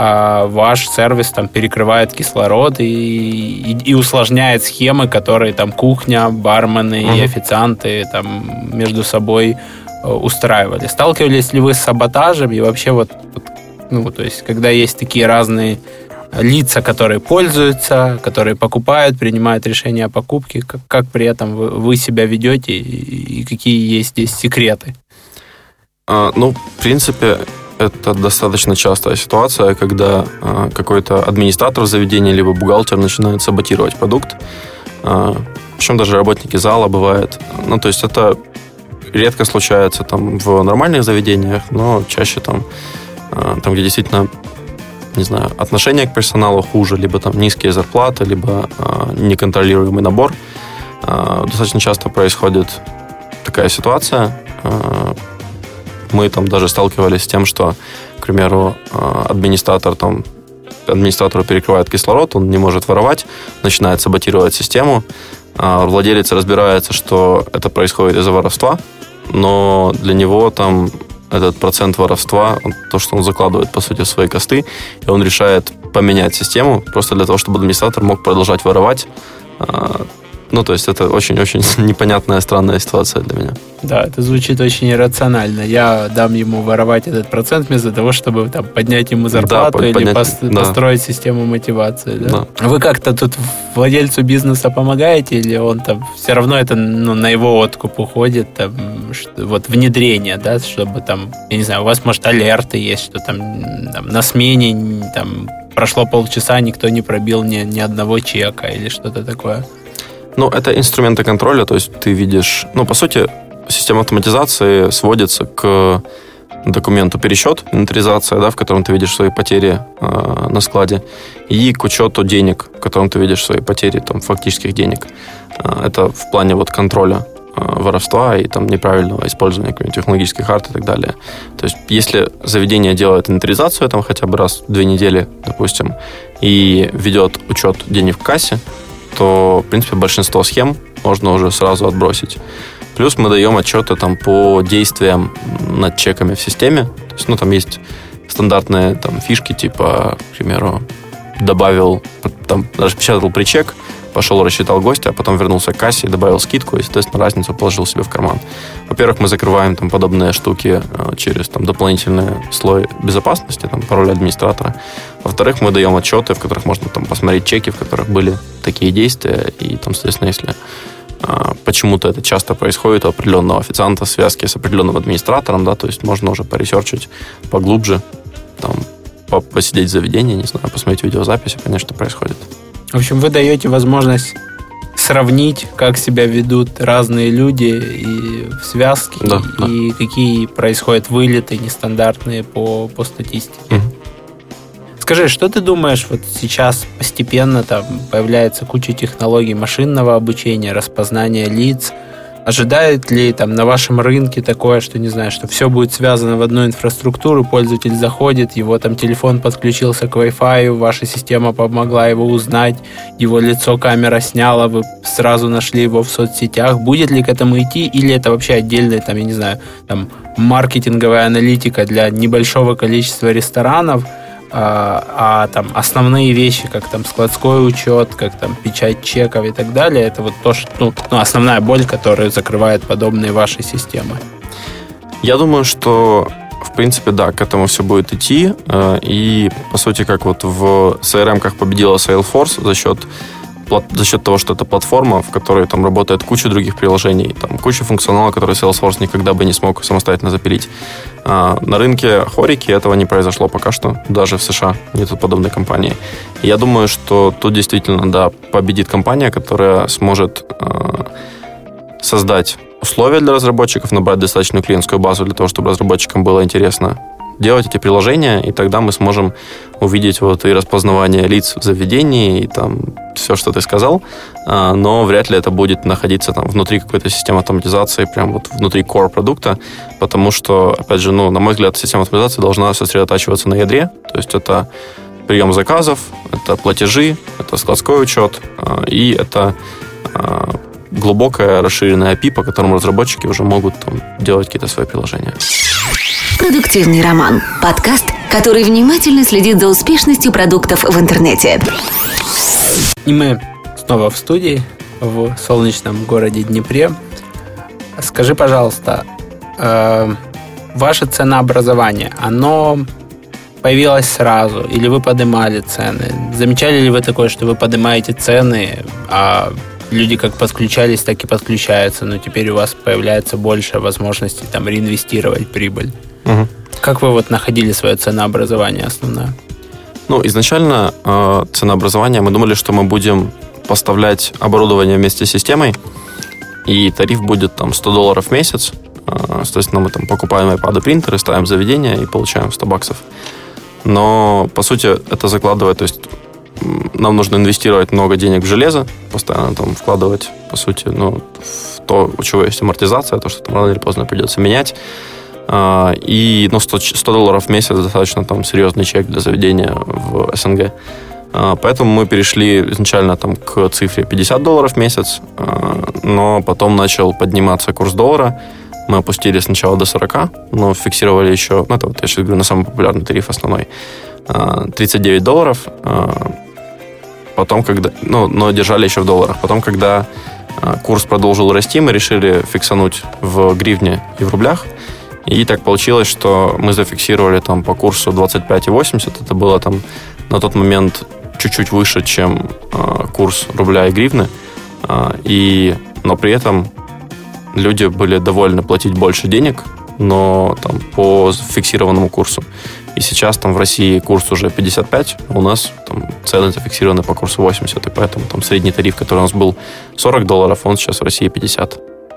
ваш сервис там перекрывает кислород и, и, и усложняет схемы, которые там кухня, бармены mm-hmm. и официанты там между собой устраивали. Сталкивались ли вы с саботажем и вообще вот, вот ну, то есть, когда есть такие разные лица, которые пользуются, которые покупают, принимают решения о покупке, как, как при этом вы, вы себя ведете и, и какие есть здесь секреты? А, ну, в принципе, это достаточно частая ситуация, когда э, какой-то администратор заведения либо бухгалтер начинает саботировать продукт. Э, причем даже работники зала бывает. Ну, то есть это редко случается там в нормальных заведениях, но чаще там, э, там где действительно, не знаю, отношение к персоналу хуже, либо там низкие зарплаты, либо э, неконтролируемый набор. Э, достаточно часто происходит такая ситуация. Э, Мы там даже сталкивались с тем, что, к примеру, администратор там, администратору перекрывает кислород, он не может воровать, начинает саботировать систему. Владелец разбирается, что это происходит из-за воровства, но для него там этот процент воровства, то, что он закладывает, по сути, в свои косты, и он решает поменять систему просто для того, чтобы администратор мог продолжать воровать. Ну, то есть это очень-очень непонятная, странная ситуация для меня. Да, это звучит очень иррационально. Я дам ему воровать этот процент вместо того, чтобы там, поднять ему зарплату да, или поднять, пос- да. построить систему мотивации. Да? Да. Вы как-то тут владельцу бизнеса помогаете, или он там все равно это ну, на его откуп уходит, там, что, вот внедрение, да, чтобы там, я не знаю, у вас, может, алерты есть, что там, там на смене там, прошло полчаса, никто не пробил ни, ни одного чека или что-то такое? Ну, это инструменты контроля, то есть ты видишь... Ну, по сути, система автоматизации сводится к документу пересчет, инвентаризация, да, в котором ты видишь свои потери э, на складе, и к учету денег, в котором ты видишь свои потери, там, фактических денег. Э, это в плане вот контроля э, воровства и там неправильного использования технологических карт и так далее. То есть, если заведение делает инвентаризацию там хотя бы раз в две недели, допустим, и ведет учет денег в кассе, то, в принципе, большинство схем можно уже сразу отбросить. Плюс мы даем отчеты там, по действиям над чеками в системе. То есть, ну, там есть стандартные там, фишки, типа, к примеру, добавил, там, распечатал причек, пошел, рассчитал гостя, а потом вернулся к кассе и добавил скидку, и, соответственно, разницу положил себе в карман. Во-первых, мы закрываем там, подобные штуки через там, дополнительный слой безопасности, там, пароль администратора. Во-вторых, мы даем отчеты, в которых можно там, посмотреть чеки, в которых были такие действия, и, там, соответственно, если а, почему-то это часто происходит у определенного официанта в связке с определенным администратором, да, то есть можно уже поресерчить поглубже, там, посидеть в заведении, не знаю, посмотреть видеозаписи, понять, что происходит. В общем, вы даете возможность сравнить, как себя ведут разные люди и в связке, да, и да. какие происходят вылеты нестандартные по, по статистике. Угу. Скажи, что ты думаешь, вот сейчас постепенно там появляется куча технологий машинного обучения, распознания лиц. Ожидает ли там на вашем рынке такое, что, не знаю, что все будет связано в одну инфраструктуру, пользователь заходит, его там телефон подключился к Wi-Fi, ваша система помогла его узнать, его лицо камера сняла, вы сразу нашли его в соцсетях. Будет ли к этому идти, или это вообще отдельная, там, я не знаю, там, маркетинговая аналитика для небольшого количества ресторанов, А, а там основные вещи, как там складской учет, как там печать чеков и так далее, это вот то, что, ну, ну, основная боль, которая закрывает подобные ваши системы. Я думаю, что в принципе, да, к этому все будет идти. И, по сути, как вот в си эр эм-ках победила Salesforce за счет за счет того, что это платформа, в которой там работает куча других приложений, там куча функционала, который Salesforce никогда бы не смог самостоятельно запилить. А на рынке хорики этого не произошло пока что, даже в США нет подобной компании. И я думаю, что тут действительно, да, победит компания, которая сможет э, создать условия для разработчиков, набрать достаточную клиентскую базу для того, чтобы разработчикам было интересно делать эти приложения, и тогда мы сможем увидеть вот и распознавание лиц в заведении, и там все, что ты сказал, но вряд ли это будет находиться там внутри какой-то системы автоматизации, прям вот внутри core продукта, потому что, опять же, ну, на мой взгляд, система автоматизации должна сосредотачиваться на ядре, то есть это прием заказов, это платежи, это складской учет, и это глубокая расширенная эй пи ай, по которому разработчики уже могут там делать какие-то свои приложения. Продуктивный роман. Подкаст, который внимательно следит за успешностью продуктов в интернете. И мы снова в студии в солнечном городе Днепре. Скажи, пожалуйста, э, ваше ценообразование, оно появилось сразу или вы поднимали цены? Замечали ли вы такое, что вы поднимаете цены, а люди как подключались, так и подключаются, но теперь у вас появляется больше возможностей там реинвестировать прибыль? Угу. Как вы вот находили свое ценообразование основное? Ну, изначально э, ценообразование, мы думали, что мы будем поставлять оборудование вместе с системой, и тариф будет там сто долларов в месяц. Э, соответственно, мы там покупаем iPad, принтеры, ставим в заведение и получаем сто баксов. Но, по сути, это закладывает, то есть нам нужно инвестировать много денег в железо, постоянно там вкладывать, по сути, ну, в то, у чего есть амортизация, то, что там рано или поздно придется менять. И ну, сто долларов в месяц достаточно там серьезный чек для заведения в СНГ. Поэтому мы перешли изначально там, к цифре пятьдесят долларов в месяц, но потом начал подниматься курс доллара. Мы опустили сначала до сорок, но фиксировали еще, ну, это вот я сейчас говорю на самый популярный тариф основной, тридцать девять долларов. Потом, когда, ну, но держали еще в долларах. Потом, когда курс продолжил расти, мы решили фиксануть в гривне и в рублях. И так получилось, что мы зафиксировали там по курсу двадцать пять и восемьдесят. Это было там на тот момент чуть-чуть выше, чем э, курс рубля и гривны. Э, и, но при этом люди были довольны платить больше денег, но там по фиксированному курсу. И сейчас там в России курс уже пятьдесят пять, а у нас там цены зафиксированы по курсу восемьдесят, и поэтому там средний тариф, который у нас был сорок долларов, он сейчас в России пятьдесят.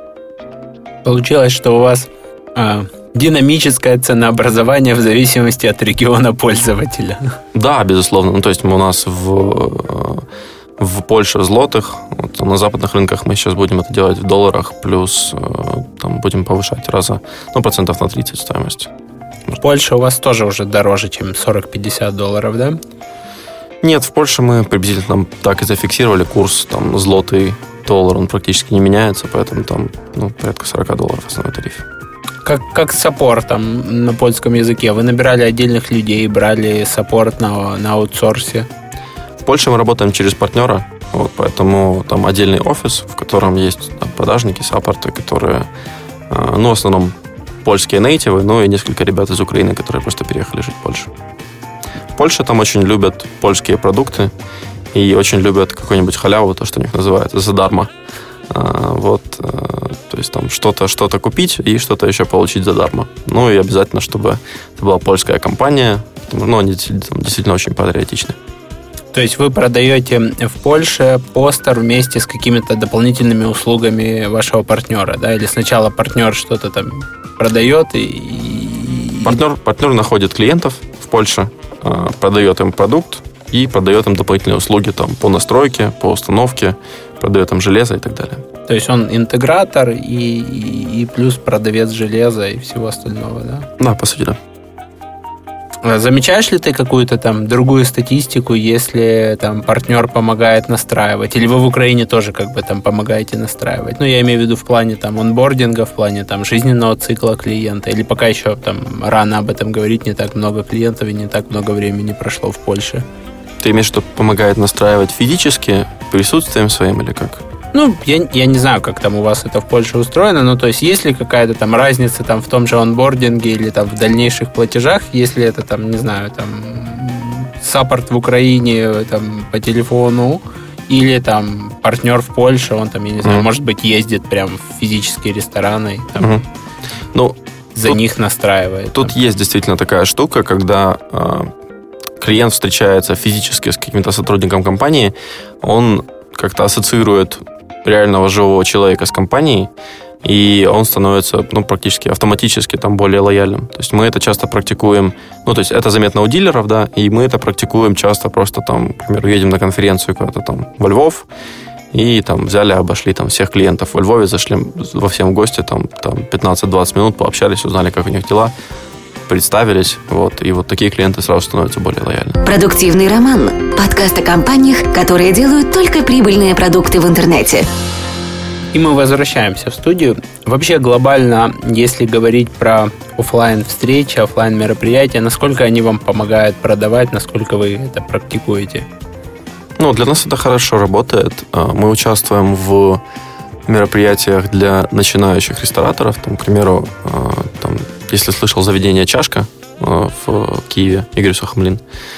Получилось, что у вас а, динамическое ценообразование в зависимости от региона пользователя. Да, безусловно. Ну, то есть мы у нас в, в Польше в злотых, вот, на западных рынках мы сейчас будем это делать в долларах, плюс там будем повышать раза, ну, процентов на тридцать стоимость. В Польше у вас тоже уже дороже, чем сорок-пятьдесят долларов, да? Нет, в Польше мы приблизительно так и зафиксировали курс, там, злотый доллар, он практически не меняется, поэтому там, ну, порядка сорок долларов основной тариф. Как, как саппорт там на польском языке? Вы набирали отдельных людей, брали саппорт на, на аутсорсе? В Польше мы работаем через партнера, вот, поэтому там отдельный офис, в котором есть там, продажники, саппорты, которые, ну, в основном польские нейтивы, ну и несколько ребят из Украины, которые просто переехали жить в Польшу. В Польше там очень любят польские продукты и очень любят какую-нибудь халяву, то, что у них называется задарма. Вот, то есть там что-то, что-то купить и что-то еще получить задарма. Ну и обязательно, чтобы это была польская компания, ну, они действительно очень патриотичны. То есть вы продаете в Польше постер вместе с какими-то дополнительными услугами вашего партнера, да? Или сначала партнер что-то там продает и... Партнер, партнер находит клиентов в Польше, продает им продукт и продает им дополнительные услуги там, по настройке, по установке, продает им железо и так далее. То есть он интегратор и, и, и плюс продавец железа и всего остального, да? Да, по сути, да. Замечаешь ли ты какую-то там другую статистику, если там партнер помогает настраивать? Или вы в Украине тоже как бы там помогаете настраивать? Ну, я имею в виду в плане там онбординга, в плане там жизненного цикла клиента. Или пока еще там рано об этом говорить, не так много клиентов и не так много времени прошло в Польше? Ты имеешь в виду, помогает настраивать физически, присутствием своим или как? Ну, я, я не знаю, как там у вас это в Польше устроено, но то есть есть ли какая-то там разница там в том же онбординге или там в дальнейших платежах, если это там, не знаю, там саппорт в Украине там по телефону или там партнер в Польше, он там, я не знаю, mm. может быть, ездит прям в физические рестораны и там, mm-hmm. ну, за тут, них настраивает. Тут там. Есть действительно такая штука, когда э, клиент встречается физически с каким-то сотрудником компании, он как-то ассоциирует реального живого человека с компанией, и он становится, ну, практически автоматически там более лояльным. То есть мы это часто практикуем, ну, то есть это заметно у дилеров, да, и мы это практикуем часто просто там, например, едем на конференцию куда-то там во Львов, и там взяли, обошли там всех клиентов во Львове, зашли во всем в гости, там, там пятнадцать-двадцать минут пообщались, узнали, как у них дела, представились, вот, и вот такие клиенты сразу становятся более лояльными. Продуктивный роман. Подкаст о компаниях, которые делают только прибыльные продукты в интернете. И мы возвращаемся в студию. Вообще глобально, если говорить про офлайн встречи, офлайн мероприятия, насколько они вам помогают продавать, насколько вы это практикуете? Ну, для нас это хорошо работает. Мы участвуем в мероприятиях для начинающих рестораторов. Там, к примеру, там, если слышал заведение «Чашка» в Киеве, Игорь Сухомлин,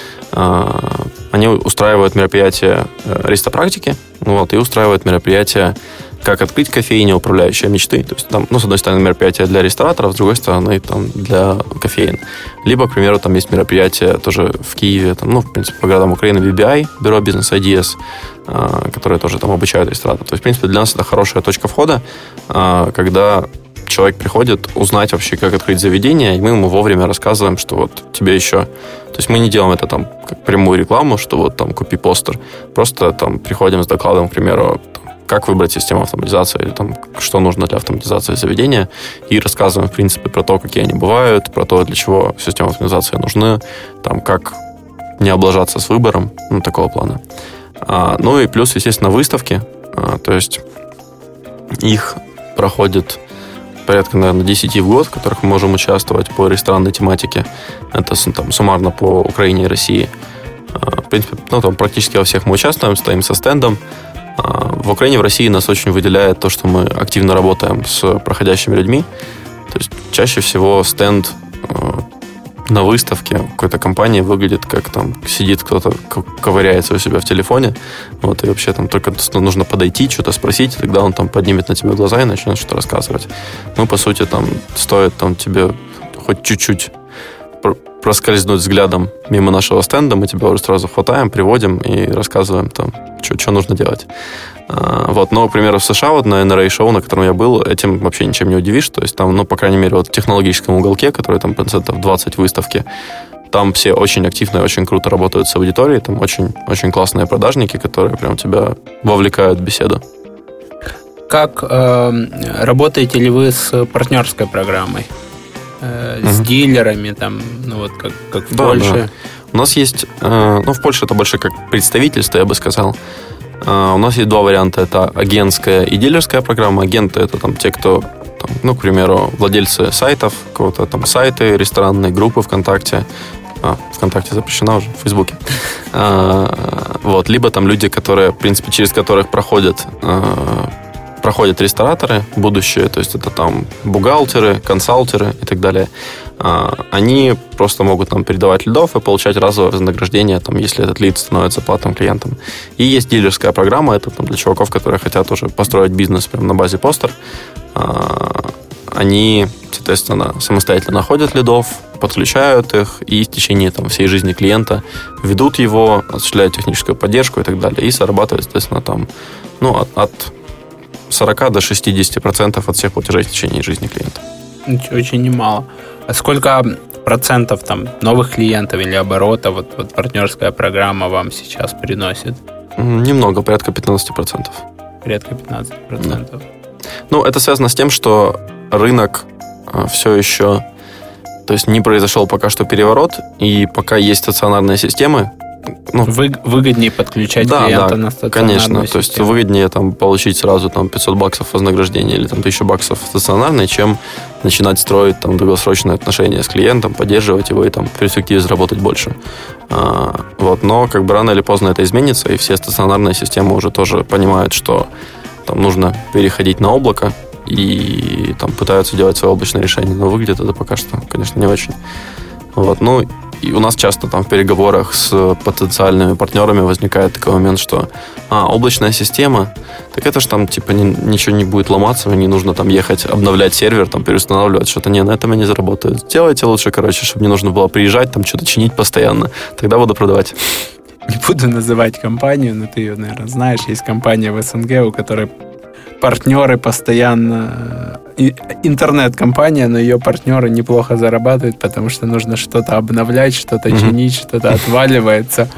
они устраивают мероприятия ристопрактики, вот, и устраивают мероприятия «Как открыть кофейню. Управляющая мечты». То есть, там, ну, с одной стороны, мероприятие для рестораторов, с другой стороны, там, для кофеин. Либо, к примеру, там есть мероприятие тоже в Киеве, там, ну, в принципе, по городам Украины, би би ай, Бюро Business Ideas, которые тоже там обучают рестораторов. То есть, в принципе, для нас это хорошая точка входа, когда человек приходит узнать вообще, как открыть заведение, и мы ему вовремя рассказываем, что вот тебе еще... То есть мы не делаем это там как прямую рекламу, что вот там купи постер. Просто там приходим с докладом, к примеру, как выбрать систему автоматизации, или там, что нужно для автоматизации заведения, и рассказываем, в принципе, про то, какие они бывают, про то, для чего системы автоматизации нужны, там, как не облажаться с выбором, ну, такого плана. А, ну и плюс, естественно, выставки, а, то есть их проходит порядка, наверное, десять в год, в которых мы можем участвовать по ресторанной тематике. Это там суммарно по Украине и России. В принципе, ну, там практически во всех мы участвуем, стоим со стендом. В Украине, в России нас очень выделяет то, что мы активно работаем с проходящими людьми. То есть чаще всего стенд на выставке какой-то компании выглядит как там сидит кто-то, ковыряется у себя в телефоне, вот, и вообще там только нужно подойти, что-то спросить, и тогда он там поднимет на тебя глаза и начнет что-то рассказывать. Мы, по сути, там стоит там тебе хоть чуть-чуть проскользнуть взглядом мимо нашего стенда, мы тебя уже сразу хватаем, приводим и рассказываем там, что нужно делать. А, вот, но, к примеру, в США, вот на эн эр эй-шоу, на котором я был, этим вообще ничем не удивишь. То есть там, ну, по крайней мере, вот в технологическом уголке, который там процентов двадцать выставки, там все очень активно и очень круто работают с аудиторией, там очень, очень классные продажники, которые прям тебя вовлекают в беседу. Как э, работаете ли вы с партнерской программой? Э, с угу. дилерами, там, ну вот как, как в да, Польше? Да. У нас есть, э, ну, в Польше это больше как представительство, я бы сказал. Uh, у нас есть два варианта. Это агентская и дилерская программа. Агенты — это там те, кто, там, ну, к примеру, владельцы сайтов, кого-то там сайты, ресторанные группы ВКонтакте. А, ВКонтакте запрещена уже, в Фейсбуке. Uh, вот. Либо там люди, которые, в принципе, через которых проходят, uh, проходят рестораторы будущие, то есть это там бухгалтеры, консалтеры и так далее. Они просто могут нам передавать лидов и получать разовое вознаграждение, там, если этот лид становится платным клиентом. И есть дилерская программа, это там, для чуваков, которые хотят уже построить бизнес прямо на базе постер. Они, соответственно, самостоятельно находят лидов, подключают их и в течение там, всей жизни клиента ведут его, осуществляют техническую поддержку и так далее. И зарабатывают, соответственно, там, ну, от, от сорок до шестьдесят процентов от всех платежей в течение жизни клиента. Очень немало. А сколько процентов там новых клиентов или оборота вот, вот партнерская программа вам сейчас приносит? Немного, порядка пятнадцать процентов. Порядка пятнадцать процентов. Да. Ну, это связано с тем, что рынок все еще, то есть не произошел пока что переворот, и пока есть стационарные системы, ну, Вы, выгоднее подключать да, клиента да, на стационарную конечно, систему. то есть выгоднее там, получить сразу там, пятьсот баксов вознаграждения или там, тысячу баксов стационарной, чем начинать строить там, долгосрочные отношения с клиентом, поддерживать его и там, в перспективе заработать больше. А, вот, но как бы рано или поздно это изменится, и все стационарные системы уже тоже понимают, что там, нужно переходить на облако и там, пытаются делать свои облачные решения, но выглядит это пока что, конечно, не очень. Вот, ну, и у нас часто там в переговорах с потенциальными партнерами возникает такой момент, что а, облачная система, так это же там типа не, ничего не будет ломаться, не нужно там ехать, обновлять сервер, там переустанавливать что-то. Не, на этом я не заработаю. Сделайте лучше, короче, чтобы не нужно было приезжать, там что-то чинить постоянно. Тогда буду продавать. Не буду называть компанию, но ты ее, наверное, знаешь. Есть компания в эс эн гэ, у которой партнеры постоянно... Интернет-компания, но ее партнеры неплохо зарабатывают, потому что нужно что-то обновлять, что-то mm-hmm. чинить, что-то отваливается.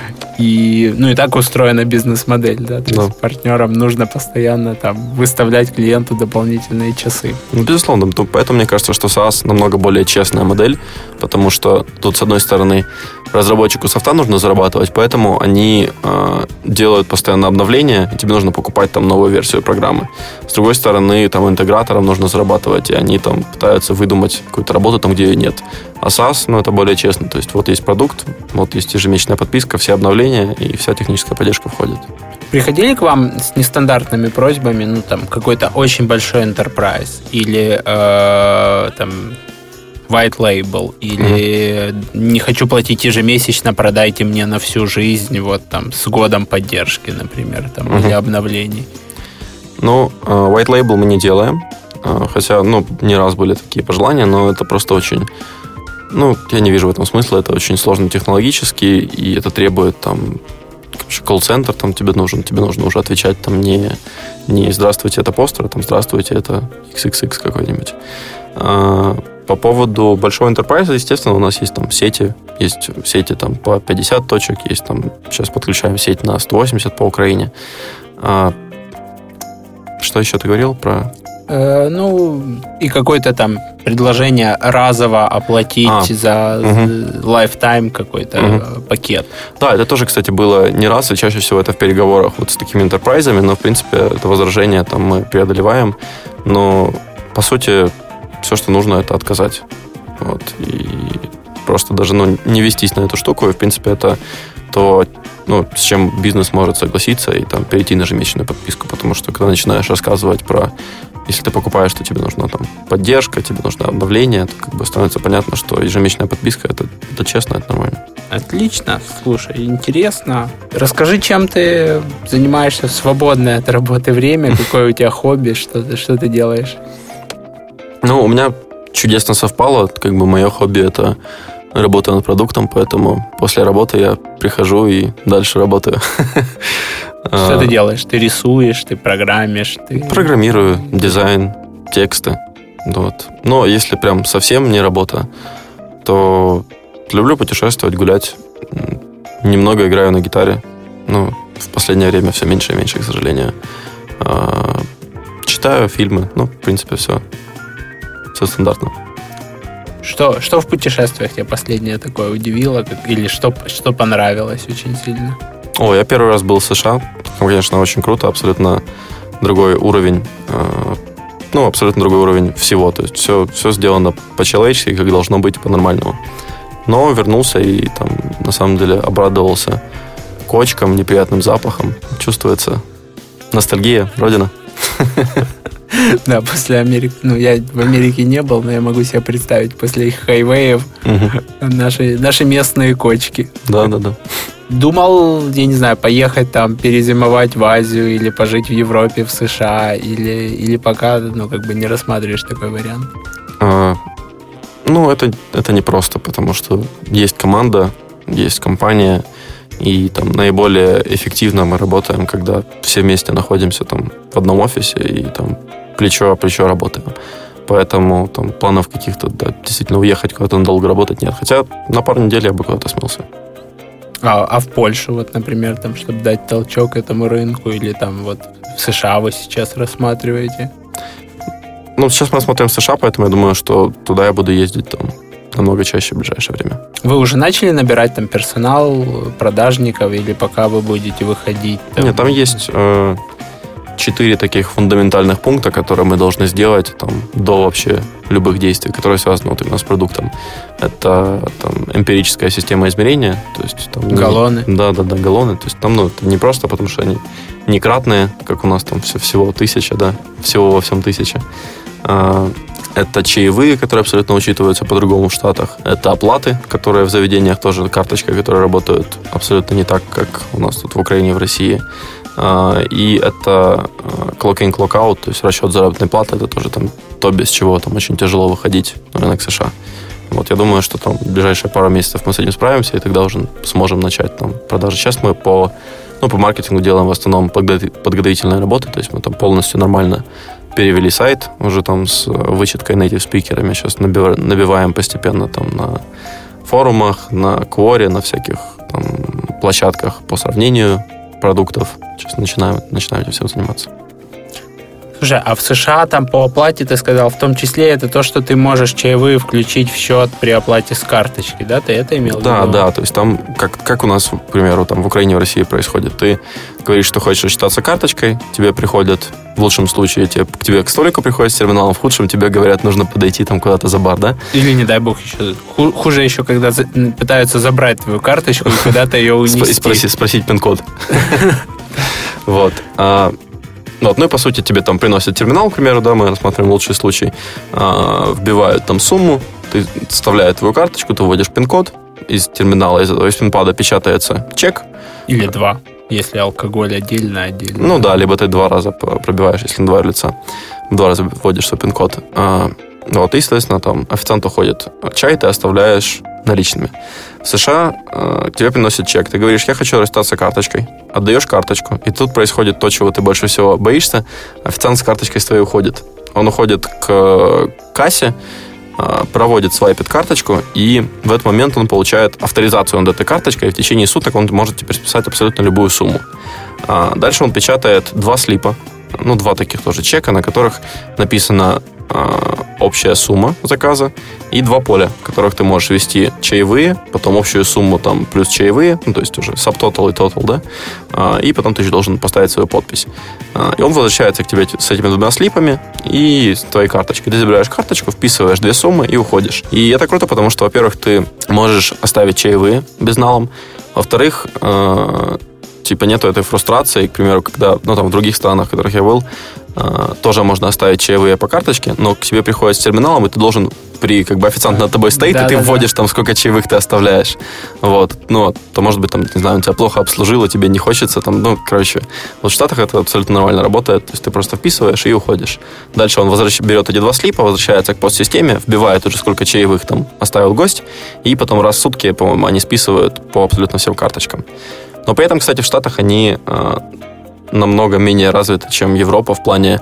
И, ну, и так устроена бизнес-модель, да, то no. есть партнерам нужно постоянно там выставлять клиенту дополнительные часы. Ну, безусловно, поэтому мне кажется, что SaaS намного более честная модель, потому что тут, с одной стороны, разработчику софта нужно зарабатывать, поэтому они э, делают постоянно обновления, и тебе нужно покупать там новую версию программы. С другой стороны, там интеграторам нужно зарабатывать, и они там пытаются выдумать какую-то работу там, где ее нет. А SaaS, ну, это более честно, то есть вот есть продукт, вот есть ежемесячная подписка, все обновления, и вся техническая поддержка входит. Приходили к вам с нестандартными просьбами, ну, там, какой-то очень большой enterprise, или э, там white label, или mm-hmm. не хочу платить ежемесячно, продайте мне на всю жизнь, вот там, с годом поддержки, например, там, mm-hmm. или обновлений? Ну, white label мы не делаем, хотя, ну, не раз были такие пожелания, но это просто очень... Ну, я не вижу в этом смысла, это очень сложно технологически, и это требует там колл-центр там тебе нужен, тебе нужно уже отвечать там не, не «Здравствуйте, это постер», а там «Здравствуйте, это икс икс икс» какой-нибудь. А, по поводу большого enterprise, естественно, у нас есть там сети, есть сети там по пятьдесят точек, есть там, сейчас подключаем сеть на сто восемьдесят по Украине. А, Что еще ты говорил про... Э, ну, и какое-то там предложение разово оплатить а, за угу. лайфтайм какой-то угу. пакет. Да, это тоже, кстати, было не раз, и чаще всего это в переговорах вот с такими энтерпрайзами, но, в принципе, это возражение там мы преодолеваем. Но, по сути, все, что нужно, это отказать. Вот. И просто даже ну, не вестись на эту штуку, и, в принципе, это то, ну, с чем бизнес может согласиться и там перейти на ежемесячную подписку, потому что когда начинаешь рассказывать про, если ты покупаешь, что тебе нужна там поддержка, тебе нужно обновление, то как бы становится понятно, что ежемесячная подписка это, это честно, это нормально. Отлично, слушай, интересно. Расскажи, чем ты занимаешься в свободное от работы время, какое у тебя хобби, что ты, что ты делаешь? Ну, у меня чудесно совпало, как бы мое хобби это работаю над продуктом, поэтому после работы я прихожу и дальше работаю. Что ты делаешь? Ты рисуешь, ты программишь? Ты... Программирую, дизайн, тексты. Вот. Но если прям совсем не работа, то люблю путешествовать, гулять. Немного играю на гитаре. Ну, в последнее время все меньше и меньше, к сожалению. Читаю фильмы. Ну, в принципе, все. Все стандартно. Что, что в путешествиях тебя последнее такое удивило? Как, или что, что понравилось очень сильно? О, я первый раз был в США. Там, конечно, очень круто. Абсолютно другой уровень. Э, ну, абсолютно другой уровень всего. То есть все, все сделано по-человечески, как должно быть, по-нормальному. Но вернулся и там, на самом деле, обрадовался кочкам, неприятным запахом. Чувствуется ностальгия, родина. Да, после Америки. Ну, я в Америке не был, но я могу себе представить после их хайвеев угу. наши, наши местные кочки. Да, да, да. Думал, я не знаю, поехать там, перезимовать в Азию или пожить в Европе, в США, или, или пока, ну, как бы не рассматриваешь такой вариант? А, ну, это, это непросто, потому что есть команда, есть компания, и там наиболее эффективно мы работаем, когда все вместе находимся там в одном офисе и там плечо о плечо работаем. Поэтому там планов каких-то, да, действительно уехать куда-то надолго работать нет. Хотя на пару недель я бы куда-то смылся. А, а в Польшу, вот, например, там, чтобы дать толчок этому рынку, или там вот в США вы сейчас рассматриваете? Ну, сейчас мы смотрим в США, поэтому я думаю, что туда я буду ездить там намного чаще в ближайшее время. Вы уже начали набирать там персонал, продажников, или пока вы будете выходить? Там... Нет, там есть э, четыре таких фундаментальных пункта, которые мы должны сделать там, до вообще любых действий, которые связаны вот именно с продуктом. Это там, эмпирическая система измерения. То есть, там, галлоны. Да, да, да, галлоны. То есть там ну, это не просто, потому что они не кратные, как у нас там все, всего тысяча, да, всего во всем тысяча. А, это чаевые, которые абсолютно учитываются по-другому в Штатах. Это оплаты, которые в заведениях тоже карточка, которые работают абсолютно не так, как у нас тут в Украине и в России. И это clock in, clock out, то есть расчет заработной платы. Это тоже там то, без чего там очень тяжело выходить на рынок США. Вот, я думаю, что там в ближайшие пару месяцев мы с этим справимся, и тогда уже сможем начать там продажи. Сейчас мы по, ну, по маркетингу делаем в основном подготовительные работы, то есть мы там полностью нормально перевели сайт уже там с вычеткой native спикерами. Сейчас набиваем постепенно там на форумах, на Quora, на всяких там площадках по сравнению продуктов. Сейчас начинаем, начинаем этим всем заниматься. Слушай, а в США там по оплате, ты сказал, в том числе это то, что ты можешь чаевые включить в счет при оплате с карточки, да? Ты это имел в виду? Да, да, то есть там, как, как у нас, к примеру, там в Украине, в России происходит, ты говоришь, что хочешь рассчитаться карточкой, тебе приходят, в лучшем случае, тебе, к тебе к столику приходят с терминалом, в худшем тебе говорят, нужно подойти там куда-то за бар, да? Или, не дай бог, еще хуже еще, когда за, пытаются забрать твою карточку и куда-то ее унести. Спросить, спросить пин-код. Вот. Вот, ну и по сути тебе там приносят терминал, к примеру, да, мы рассматриваем лучший случай, а, вбивают там сумму, ты вставляют твою карточку, ты вводишь пин-код из терминала, из этого из пин-пада печатается чек. Или два, если алкоголь отдельно, отдельно. Ну да, либо ты два раза пробиваешь, если на два лица, два раза вводишь свой пин-код. А, вот, и, соответственно, там официант уходит, чай ты оставляешь наличными. В США э, тебе приносят чек, ты говоришь, я хочу рассчитаться карточкой, отдаешь карточку, и тут происходит то, чего ты больше всего боишься, официант с карточкой с твоей уходит. Он уходит к кассе, э, проводит, свайпит карточку, и в этот момент он получает авторизацию над этой карточкой, и в течение суток он может теперь списать абсолютно любую сумму. А дальше он печатает два слипа, ну, два таких тоже чека, на которых написано общая сумма заказа и два поля, в которых ты можешь ввести чаевые, потом общую сумму там плюс чаевые, ну, то есть уже subtotal и total, да, и потом ты еще должен поставить свою подпись. И он возвращается к тебе с этими двумя слипами и с твоей карточкой. Ты забираешь карточку, вписываешь две суммы и уходишь. И это круто, потому что, во-первых, ты можешь оставить чаевые безналом, во-вторых, типа нету этой фрустрации, к примеру, когда, ну, там, в других странах, в которых я был, тоже можно оставить чаевые по карточке, но к тебе приходят с терминалом, и ты должен при, как бы, официант над тобой стоит, да, и ты да, вводишь да. там, сколько чаевых ты оставляешь. Вот. Ну, то, может быть, там, не знаю, он тебя плохо обслужил, и тебе не хочется, там, ну, короче. Вот в Штатах это абсолютно нормально работает, то есть ты просто вписываешь и уходишь. Дальше он возвращ... берет эти два слипа, возвращается к подсистеме, вбивает уже, сколько чаевых там оставил гость, и потом раз в сутки, по-моему, они списывают по абсолютно всем карточкам. Но при этом, кстати, в Штатах они э, намного менее развиты, чем Европа в плане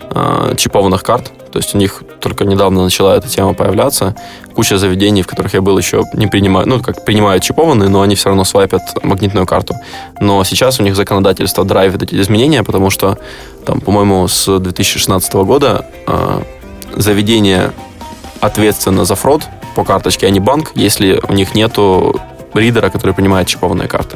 э, чипованных карт. То есть у них только недавно начала эта тема появляться. Куча заведений, в которых я был, еще не принимают, ну, как принимают чипованные, но они все равно свайпят магнитную карту. Но сейчас у них законодательство драйвит эти изменения, потому что, там, по-моему, с две тысячи шестнадцатого года э, заведение ответственно за фрод по карточке, а не банк, если у них нету ридера, который принимает чипованные карты.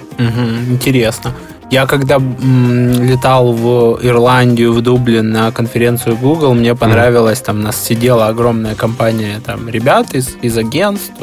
Угу, интересно. Я когда м, летал в Ирландию, в Дублин на конференцию Google, мне понравилось, там у нас сидела огромная компания там ребят из, из агентств,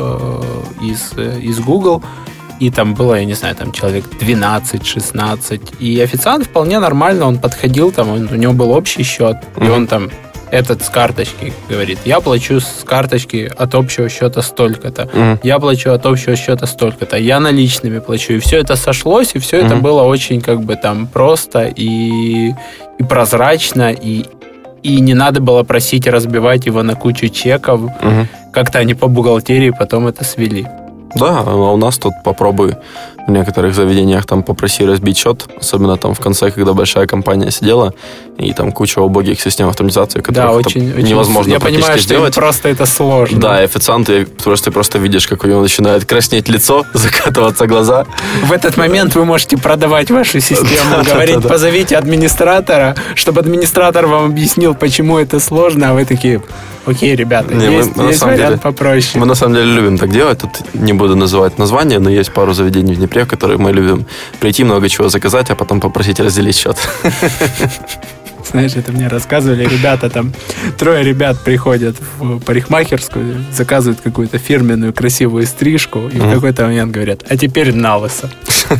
из, из Google, и там было, я не знаю, там человек двенадцать-шестнадцать, и официант вполне нормально, он подходил, там, он, у него был общий счет, mm-hmm. и он там этот с карточки говорит, я плачу с карточки от общего счета столько-то, mm-hmm. я плачу от общего счета столько-то, я наличными плачу, и все это сошлось, и все mm-hmm. это было очень как бы там просто и, и прозрачно, и, и не надо было просить разбивать его на кучу чеков, mm-hmm. как-то они по бухгалтерии потом это свели. Да, а у нас тут попробуй в некоторых заведениях там попроси разбить счет, особенно там в конце, когда большая компания сидела, и там куча убогих систем автоматизации, которых да, очень, очень невозможно я понимаю, что сделать. Просто это сложно. Да, и официанты, просто, просто видишь, как у него начинает краснеть лицо, закатываться глаза. В этот момент вы можете продавать вашу систему, говорить, позовите администратора, чтобы администратор вам объяснил, почему это сложно, а вы такие, окей, ребята, не, есть, мы, есть вариант деле, попроще. Мы на самом деле любим так делать, тут не буду называть название, но есть пару заведений в Днепре, в которые мы любим прийти, много чего заказать, а потом попросить разделить счет. Знаешь, это мне рассказывали ребята, там трое ребят приходят в парикмахерскую, заказывают какую-то фирменную красивую стрижку, и mm-hmm. в какой-то момент говорят, а теперь на лысо.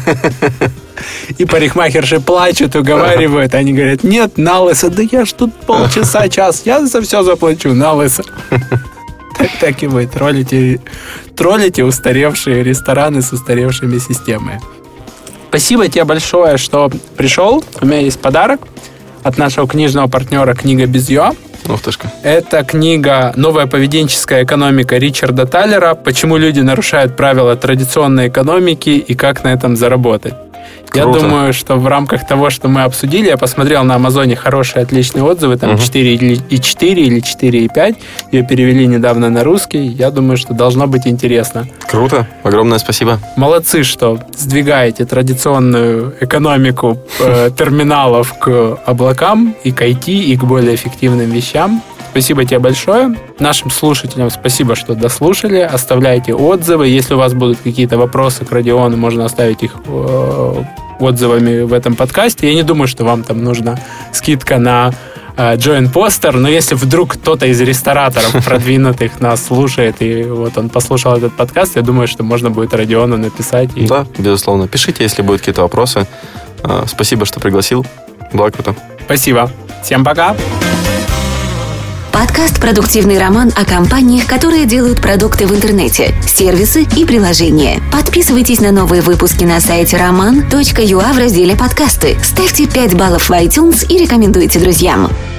И парикмахерши плачут, уговаривают, они говорят, нет, на лысо, да я ж тут полчаса, час, я за все заплачу, на лысо. Так, так и вы троллите, троллите устаревшие рестораны с устаревшими системами. Спасибо тебе большое, что пришел. У меня есть подарок от нашего книжного партнера «Книга без ё». Ух тышка. Это книга «Новая поведенческая экономика» Ричарда Таллера «Почему люди нарушают правила традиционной экономики и как на этом заработать». Круто. Я думаю, что в рамках того, что мы обсудили, я посмотрел на Амазоне хорошие, отличные отзывы, там угу. четыре и четыре или четыре и пять. Ее перевели недавно на русский. Я думаю, что должно быть интересно. Круто. Огромное спасибо. Молодцы, что сдвигаете традиционную экономику э, терминалов к облакам и к ай ти, и к более эффективным вещам. Спасибо тебе большое. Нашим слушателям спасибо, что дослушали. Оставляйте отзывы. Если у вас будут какие-то вопросы к Родиону, можно оставить их э, отзывами в этом подкасте. Я не думаю, что вам там нужна скидка на э, Join Poster, но если вдруг кто-то из рестораторов продвинутых нас слушает, и вот он послушал этот подкаст, я думаю, что можно будет Родиону написать. И... Да, безусловно. Пишите, если будут какие-то вопросы. Э, спасибо, что пригласил. Было круто. Спасибо. Всем пока. Подкаст «Продуктивный роман» о компаниях, которые делают продукты в интернете, сервисы и приложения. Подписывайтесь на новые выпуски на сайте роман точка ю а в разделе «Подкасты». Ставьте пять баллов в iTunes и рекомендуйте друзьям.